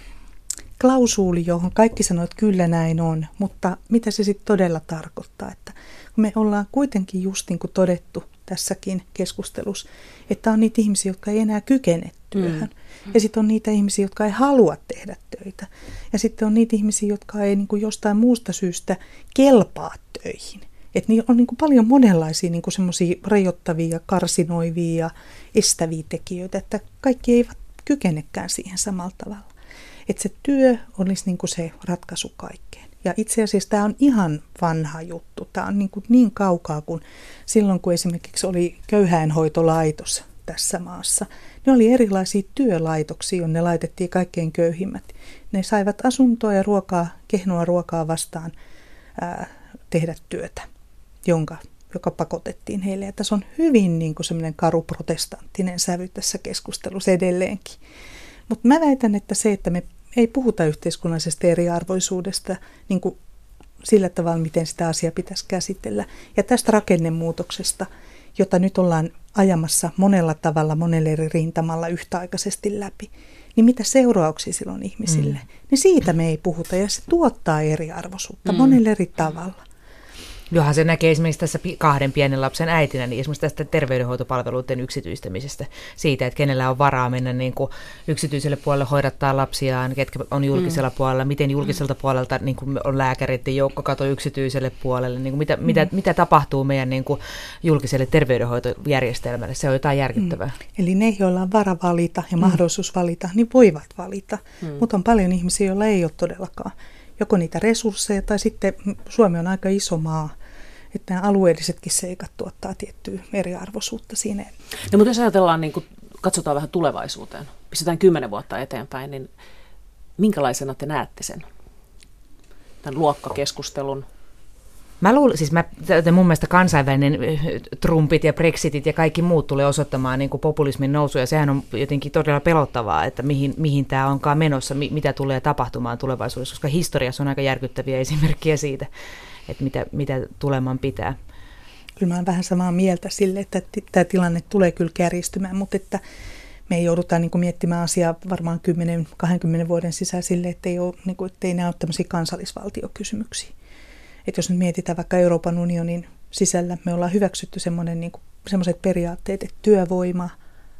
klausuuli, johon kaikki sanoo, että kyllä näin on, mutta mitä se sitten todella tarkoittaa, että me ollaan kuitenkin just niin kuin todettu tässäkin keskustelussa, että on niitä ihmisiä, jotka ei enää kykene työhön, mm. ja sitten on niitä ihmisiä, jotka ei halua tehdä töitä, ja sitten on niitä ihmisiä, jotka ei niin kuin jostain muusta syystä kelpaa töihin. Että niillä on niin kuin paljon monenlaisia niin kuin semmoisia rajoittavia, karsinoivia ja estäviä tekijöitä, että kaikki eivät kykenekään siihen samalla tavalla. Että se työ olisi niin kuin se ratkaisu kaikkeen. Ja itse asiassa tämä on ihan vanha juttu. Tämä on niin, kuin niin kaukaa kuin silloin, kun esimerkiksi oli köyhäinhoitolaitos tässä maassa. Ne oli erilaisia työlaitoksia, jonne laitettiin kaikkein köyhimmät. Ne saivat asuntoa ja ruokaa, kehnoa ruokaa vastaan ää, tehdä työtä, jonka, joka pakotettiin heille. Ja tässä on hyvin niin kuin semmoinen karu protestanttinen sävy tässä keskustelussa edelleenkin. Mutta mä väitän, että se, että me ei puhuta yhteiskunnallisesta eriarvoisuudesta niin kuin sillä tavalla, miten sitä asiaa pitäisi käsitellä. Ja tästä rakennemuutoksesta, jota nyt ollaan ajamassa monella tavalla, monelle eri rintamalla yhtäaikaisesti läpi, niin mitä seurauksia silloin ihmisille, mm. niin siitä me ei puhuta ja se tuottaa eriarvoisuutta mm. monella eri tavalla. Johan se näkee esimerkiksi tässä kahden pienen lapsen äitinä, niin esimerkiksi tästä terveydenhoitopalveluiden yksityistämisestä, siitä, että kenellä on varaa mennä niin kuin yksityiselle puolelle hoidattaa lapsiaan, ketkä on julkisella mm. puolella, miten julkiselta puolelta niin kuin on lääkäreiden joukko kato yksityiselle puolelle, niin kuin mitä, mm. mitä, mitä tapahtuu meidän niin kuin julkiselle terveydenhoitojärjestelmälle, se on jotain järkyttävää. Mm. Eli ne, joilla on vara valita ja mm. mahdollisuus valita, niin voivat valita, mm. mutta on paljon ihmisiä, joilla ei ole todellakaan joko niitä resursseja tai sitten Suomi on aika iso maa, että nämä alueellisetkin seikat tuottaa tiettyä eriarvoisuutta siinä. No, mutta jos ajatellaan, niin kun katsotaan vähän tulevaisuuteen, pistetään kymmenen vuotta eteenpäin, niin minkälaisena te näette sen, tämän luokkakeskustelun? Mä luulen, siis mä, mun mielestä kansainvälinen Trumpit ja Brexitit ja kaikki muut tulee osoittamaan niin kuin populismin nousu, ja sehän on jotenkin todella pelottavaa, että mihin, mihin tämä onkaan menossa, mi, mitä tulee tapahtumaan tulevaisuudessa, koska historiassa on aika järkyttäviä esimerkkejä siitä, että mitä, mitä tuleman pitää. Kyllä mä olen vähän samaa mieltä sille, että tämä tilanne tulee kyllä kärjistymään, mutta että me joudutaan niin kuin miettimään asiaa varmaan kymmenen kaksikymmentä vuoden sisään sille, että ei, ole, niin kuin, että ei nämä ole tämmöisiä kansallisvaltiokysymyksiä. Että jos nyt mietitään vaikka Euroopan unionin sisällä, me ollaan hyväksytty semmoinen, niin kuin, semmoiset periaatteet, että työvoima,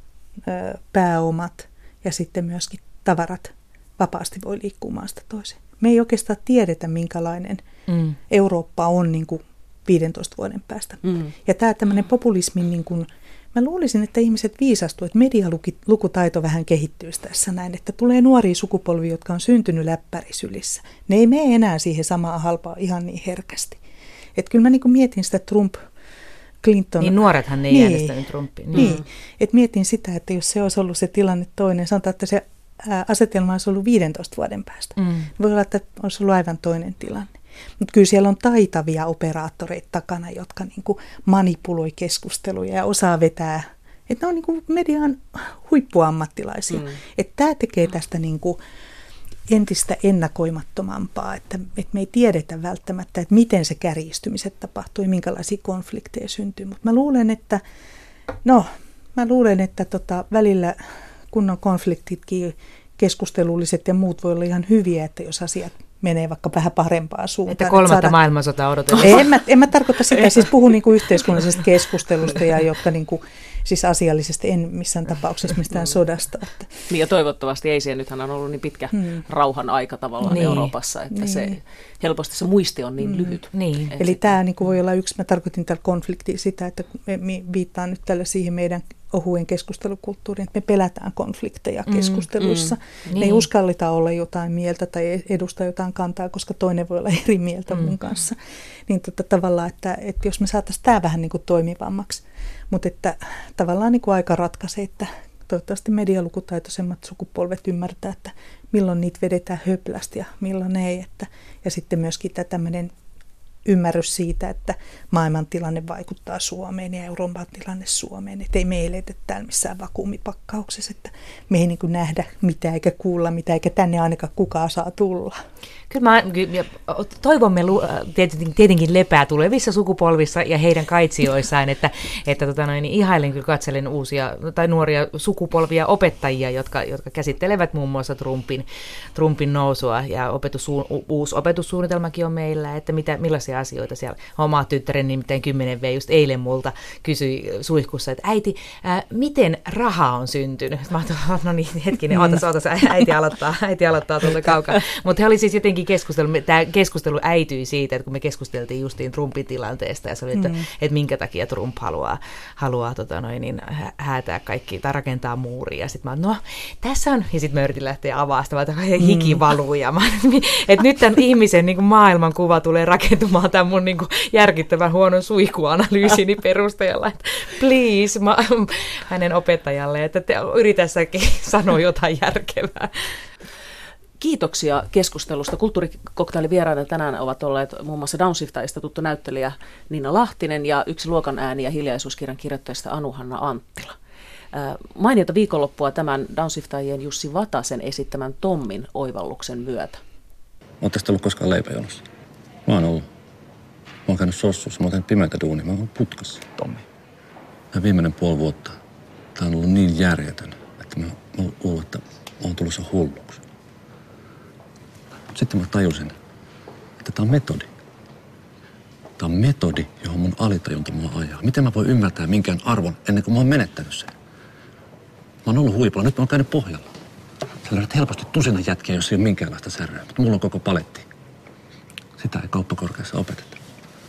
pääomat ja sitten myöskin tavarat vapaasti voi liikkua maasta toiseen. Me ei oikeastaan tiedetä, minkälainen mm. Eurooppa on niin kuin viidentoista vuoden päästä. Mm. Ja tämä tämmöinen populismin, niin kuin, mä luulisin, että ihmiset viisastuu, että medialukutaito vähän kehittyisi tässä näin, että tulee nuoria sukupolvia, jotka on syntynyt läppärisylissä. Ne ei mene enää siihen samaan halpaan ihan niin herkästi. Että kyllä mä niin kuin mietin sitä Trump, Clinton. Niin nuorethan ne ei niin, äänestänyt Trumpia. Niin, niin. että mietin sitä, että jos se olisi ollut se tilanne toinen, sanotaan, että se asetelma olisi ollut viidentoista vuoden päästä. Mm. Voi olla, että olisi ollut aivan toinen tilanne. Mutta kyllä siellä on taitavia operaattoreita takana, jotka niinku manipuloi keskusteluja ja osaa vetää. Että ne on niinku median huippuammattilaisia. Mm. Että tämä tekee tästä niinku entistä ennakoimattomampaa, että, että me ei tiedetä välttämättä, että miten se kärjistymiset tapahtuu ja minkälaisia konflikteja syntyy. Mutta mä luulen, että, no, mä luulen, että tota, välillä kunnon konfliktitkin, keskustelulliset ja muut voi olla ihan hyviä, että jos asiat menee vaikka vähän parempaan suuntaan. Että kolmatta saada... maailmansotaa odotetaan. En mä, en mä tarkoita sitä, siis puhun niinku yhteiskunnallisesta keskustelusta, ja jotka niinku, siis asiallisesti en missään tapauksessa mistään sodasta. Että. Niin ja toivottavasti ei se, nythän on ollut niin pitkä hmm. rauhan aika tavallaan niin. Euroopassa, että niin. se helposti se muisti on niin hmm. lyhyt. Niin. Eli tämä niinku voi olla yksi, mä tarkoitin tällä konfliktia sitä, että me viittaan nyt tällä siihen meidän ohuen keskustelukulttuuriin, että me pelätään konflikteja keskusteluissa. Mm, mm, niin. Me ei uskallita olla jotain mieltä tai edustaa jotain kantaa, koska toinen voi olla eri mieltä mm. mun kanssa. Niin tota, tavallaan, että, että jos me saataisiin tämä vähän niin kuin toimivammaksi, mutta että tavallaan niin kuin aika ratkaisee, että toivottavasti medialukutaitoisemmat sukupolvet ymmärtää, että milloin niitä vedetään höplästi ja milloin ei. Että, ja sitten myöskin tämä tämmöinen ymmärrys siitä, että maailman tilanne vaikuttaa Suomeen ja Euroopan tilanne Suomeen. Että ei me eletä täällä missään vakuumipakkauksessa, että me ei niin kuin nähdä mitä eikä kuulla mitä, eikä tänne ainakaan kukaan saa tulla. Kyllä mä toivomme tietenkin, tietenkin lepää tulevissa sukupolvissa ja heidän kaitsijoissaan, että, että tota noin, niin ihailen kyllä katselen uusia tai nuoria sukupolvia opettajia, jotka, jotka käsittelevät muun muassa Trumpin, Trumpin nousua ja opetussuun, uusi opetussuunnitelmakin on meillä, että mitä, millaisia asioita siellä. Oma tyttäreni nimittäin kymmenen vuotias just eilen multa kysyi suihkussa, että äiti, ää, miten raha on syntynyt? Mä ajattelin, no niin, hetkinen, ootas, ootas, äiti aloittaa, äiti aloittaa tuolta kaukaa. Mutta he oli siis jotenkin keskustelu, tämä keskustelu äityi siitä, että kun me keskusteltiin justiin Trumpin tilanteesta ja se oli, että, mm. että minkä takia Trump haluaa, haluaa tota noin, niin, häätää kaikki tai rakentaa muuria. Ja sitten mä no tässä on, ja sitten mä yritin lähteä avaastamaan, että hiki valuu. Ja mä, että nyt tämän ihmisen niin kuin maailmankuva tulee rakentumaan tämän mun niin kuin järkittävän huonon suihkuanalyysini perusteella. Että please, mä, hänen opettajalle, että te yritässäkin sanoa jotain järkevää. Kiitoksia keskustelusta. Kulttuurikoktailin vieraana tänään ovat olleet muun muassa Downshiftajista tuttu näyttelijä Niina Lahtinen ja yksi Luokan ääni ja hiljaisuuskirjan kirjoittajista Anu-Hanna Anttila. Mainiota viikonloppua tämän Downshiftajien Jussi Vatasen esittämän Tommin oivalluksen myötä. Oletteko te ollut koskaan leipäjonossa? Mä oon ollut. Mä oon käynyt sossussa, mä oon tehnyt pimeätä duunia, mä oon putkassa. Tommi. Ja viimeinen puoli vuotta tää on ollut niin järjetön, että mä oon luullut, että mä oon tulossa hulluksi. Sitten mä tajusin, että tää on metodi. Tää on metodi, johon mun alitajunta mua ajaa. Miten mä voin ymmärtää minkään arvon ennen kuin mä oon menettänyt sen? Mä oon ollut huipulla, nyt mä oon käynyt pohjalla. Sä löydät helposti tusinan jätkiä, jos ei ole minkäänlaista säröä, mutta mulla on koko paletti. Sitä ei kauppakorkeassa opeteta.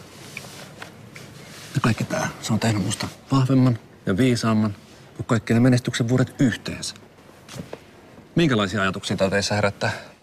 Ja kaikki tää, se on tehnyt musta vahvemman ja viisaamman kuin kaikki ne menestyksen vuodet yhteensä. Minkälaisia ajatuksia tää teissä herättää?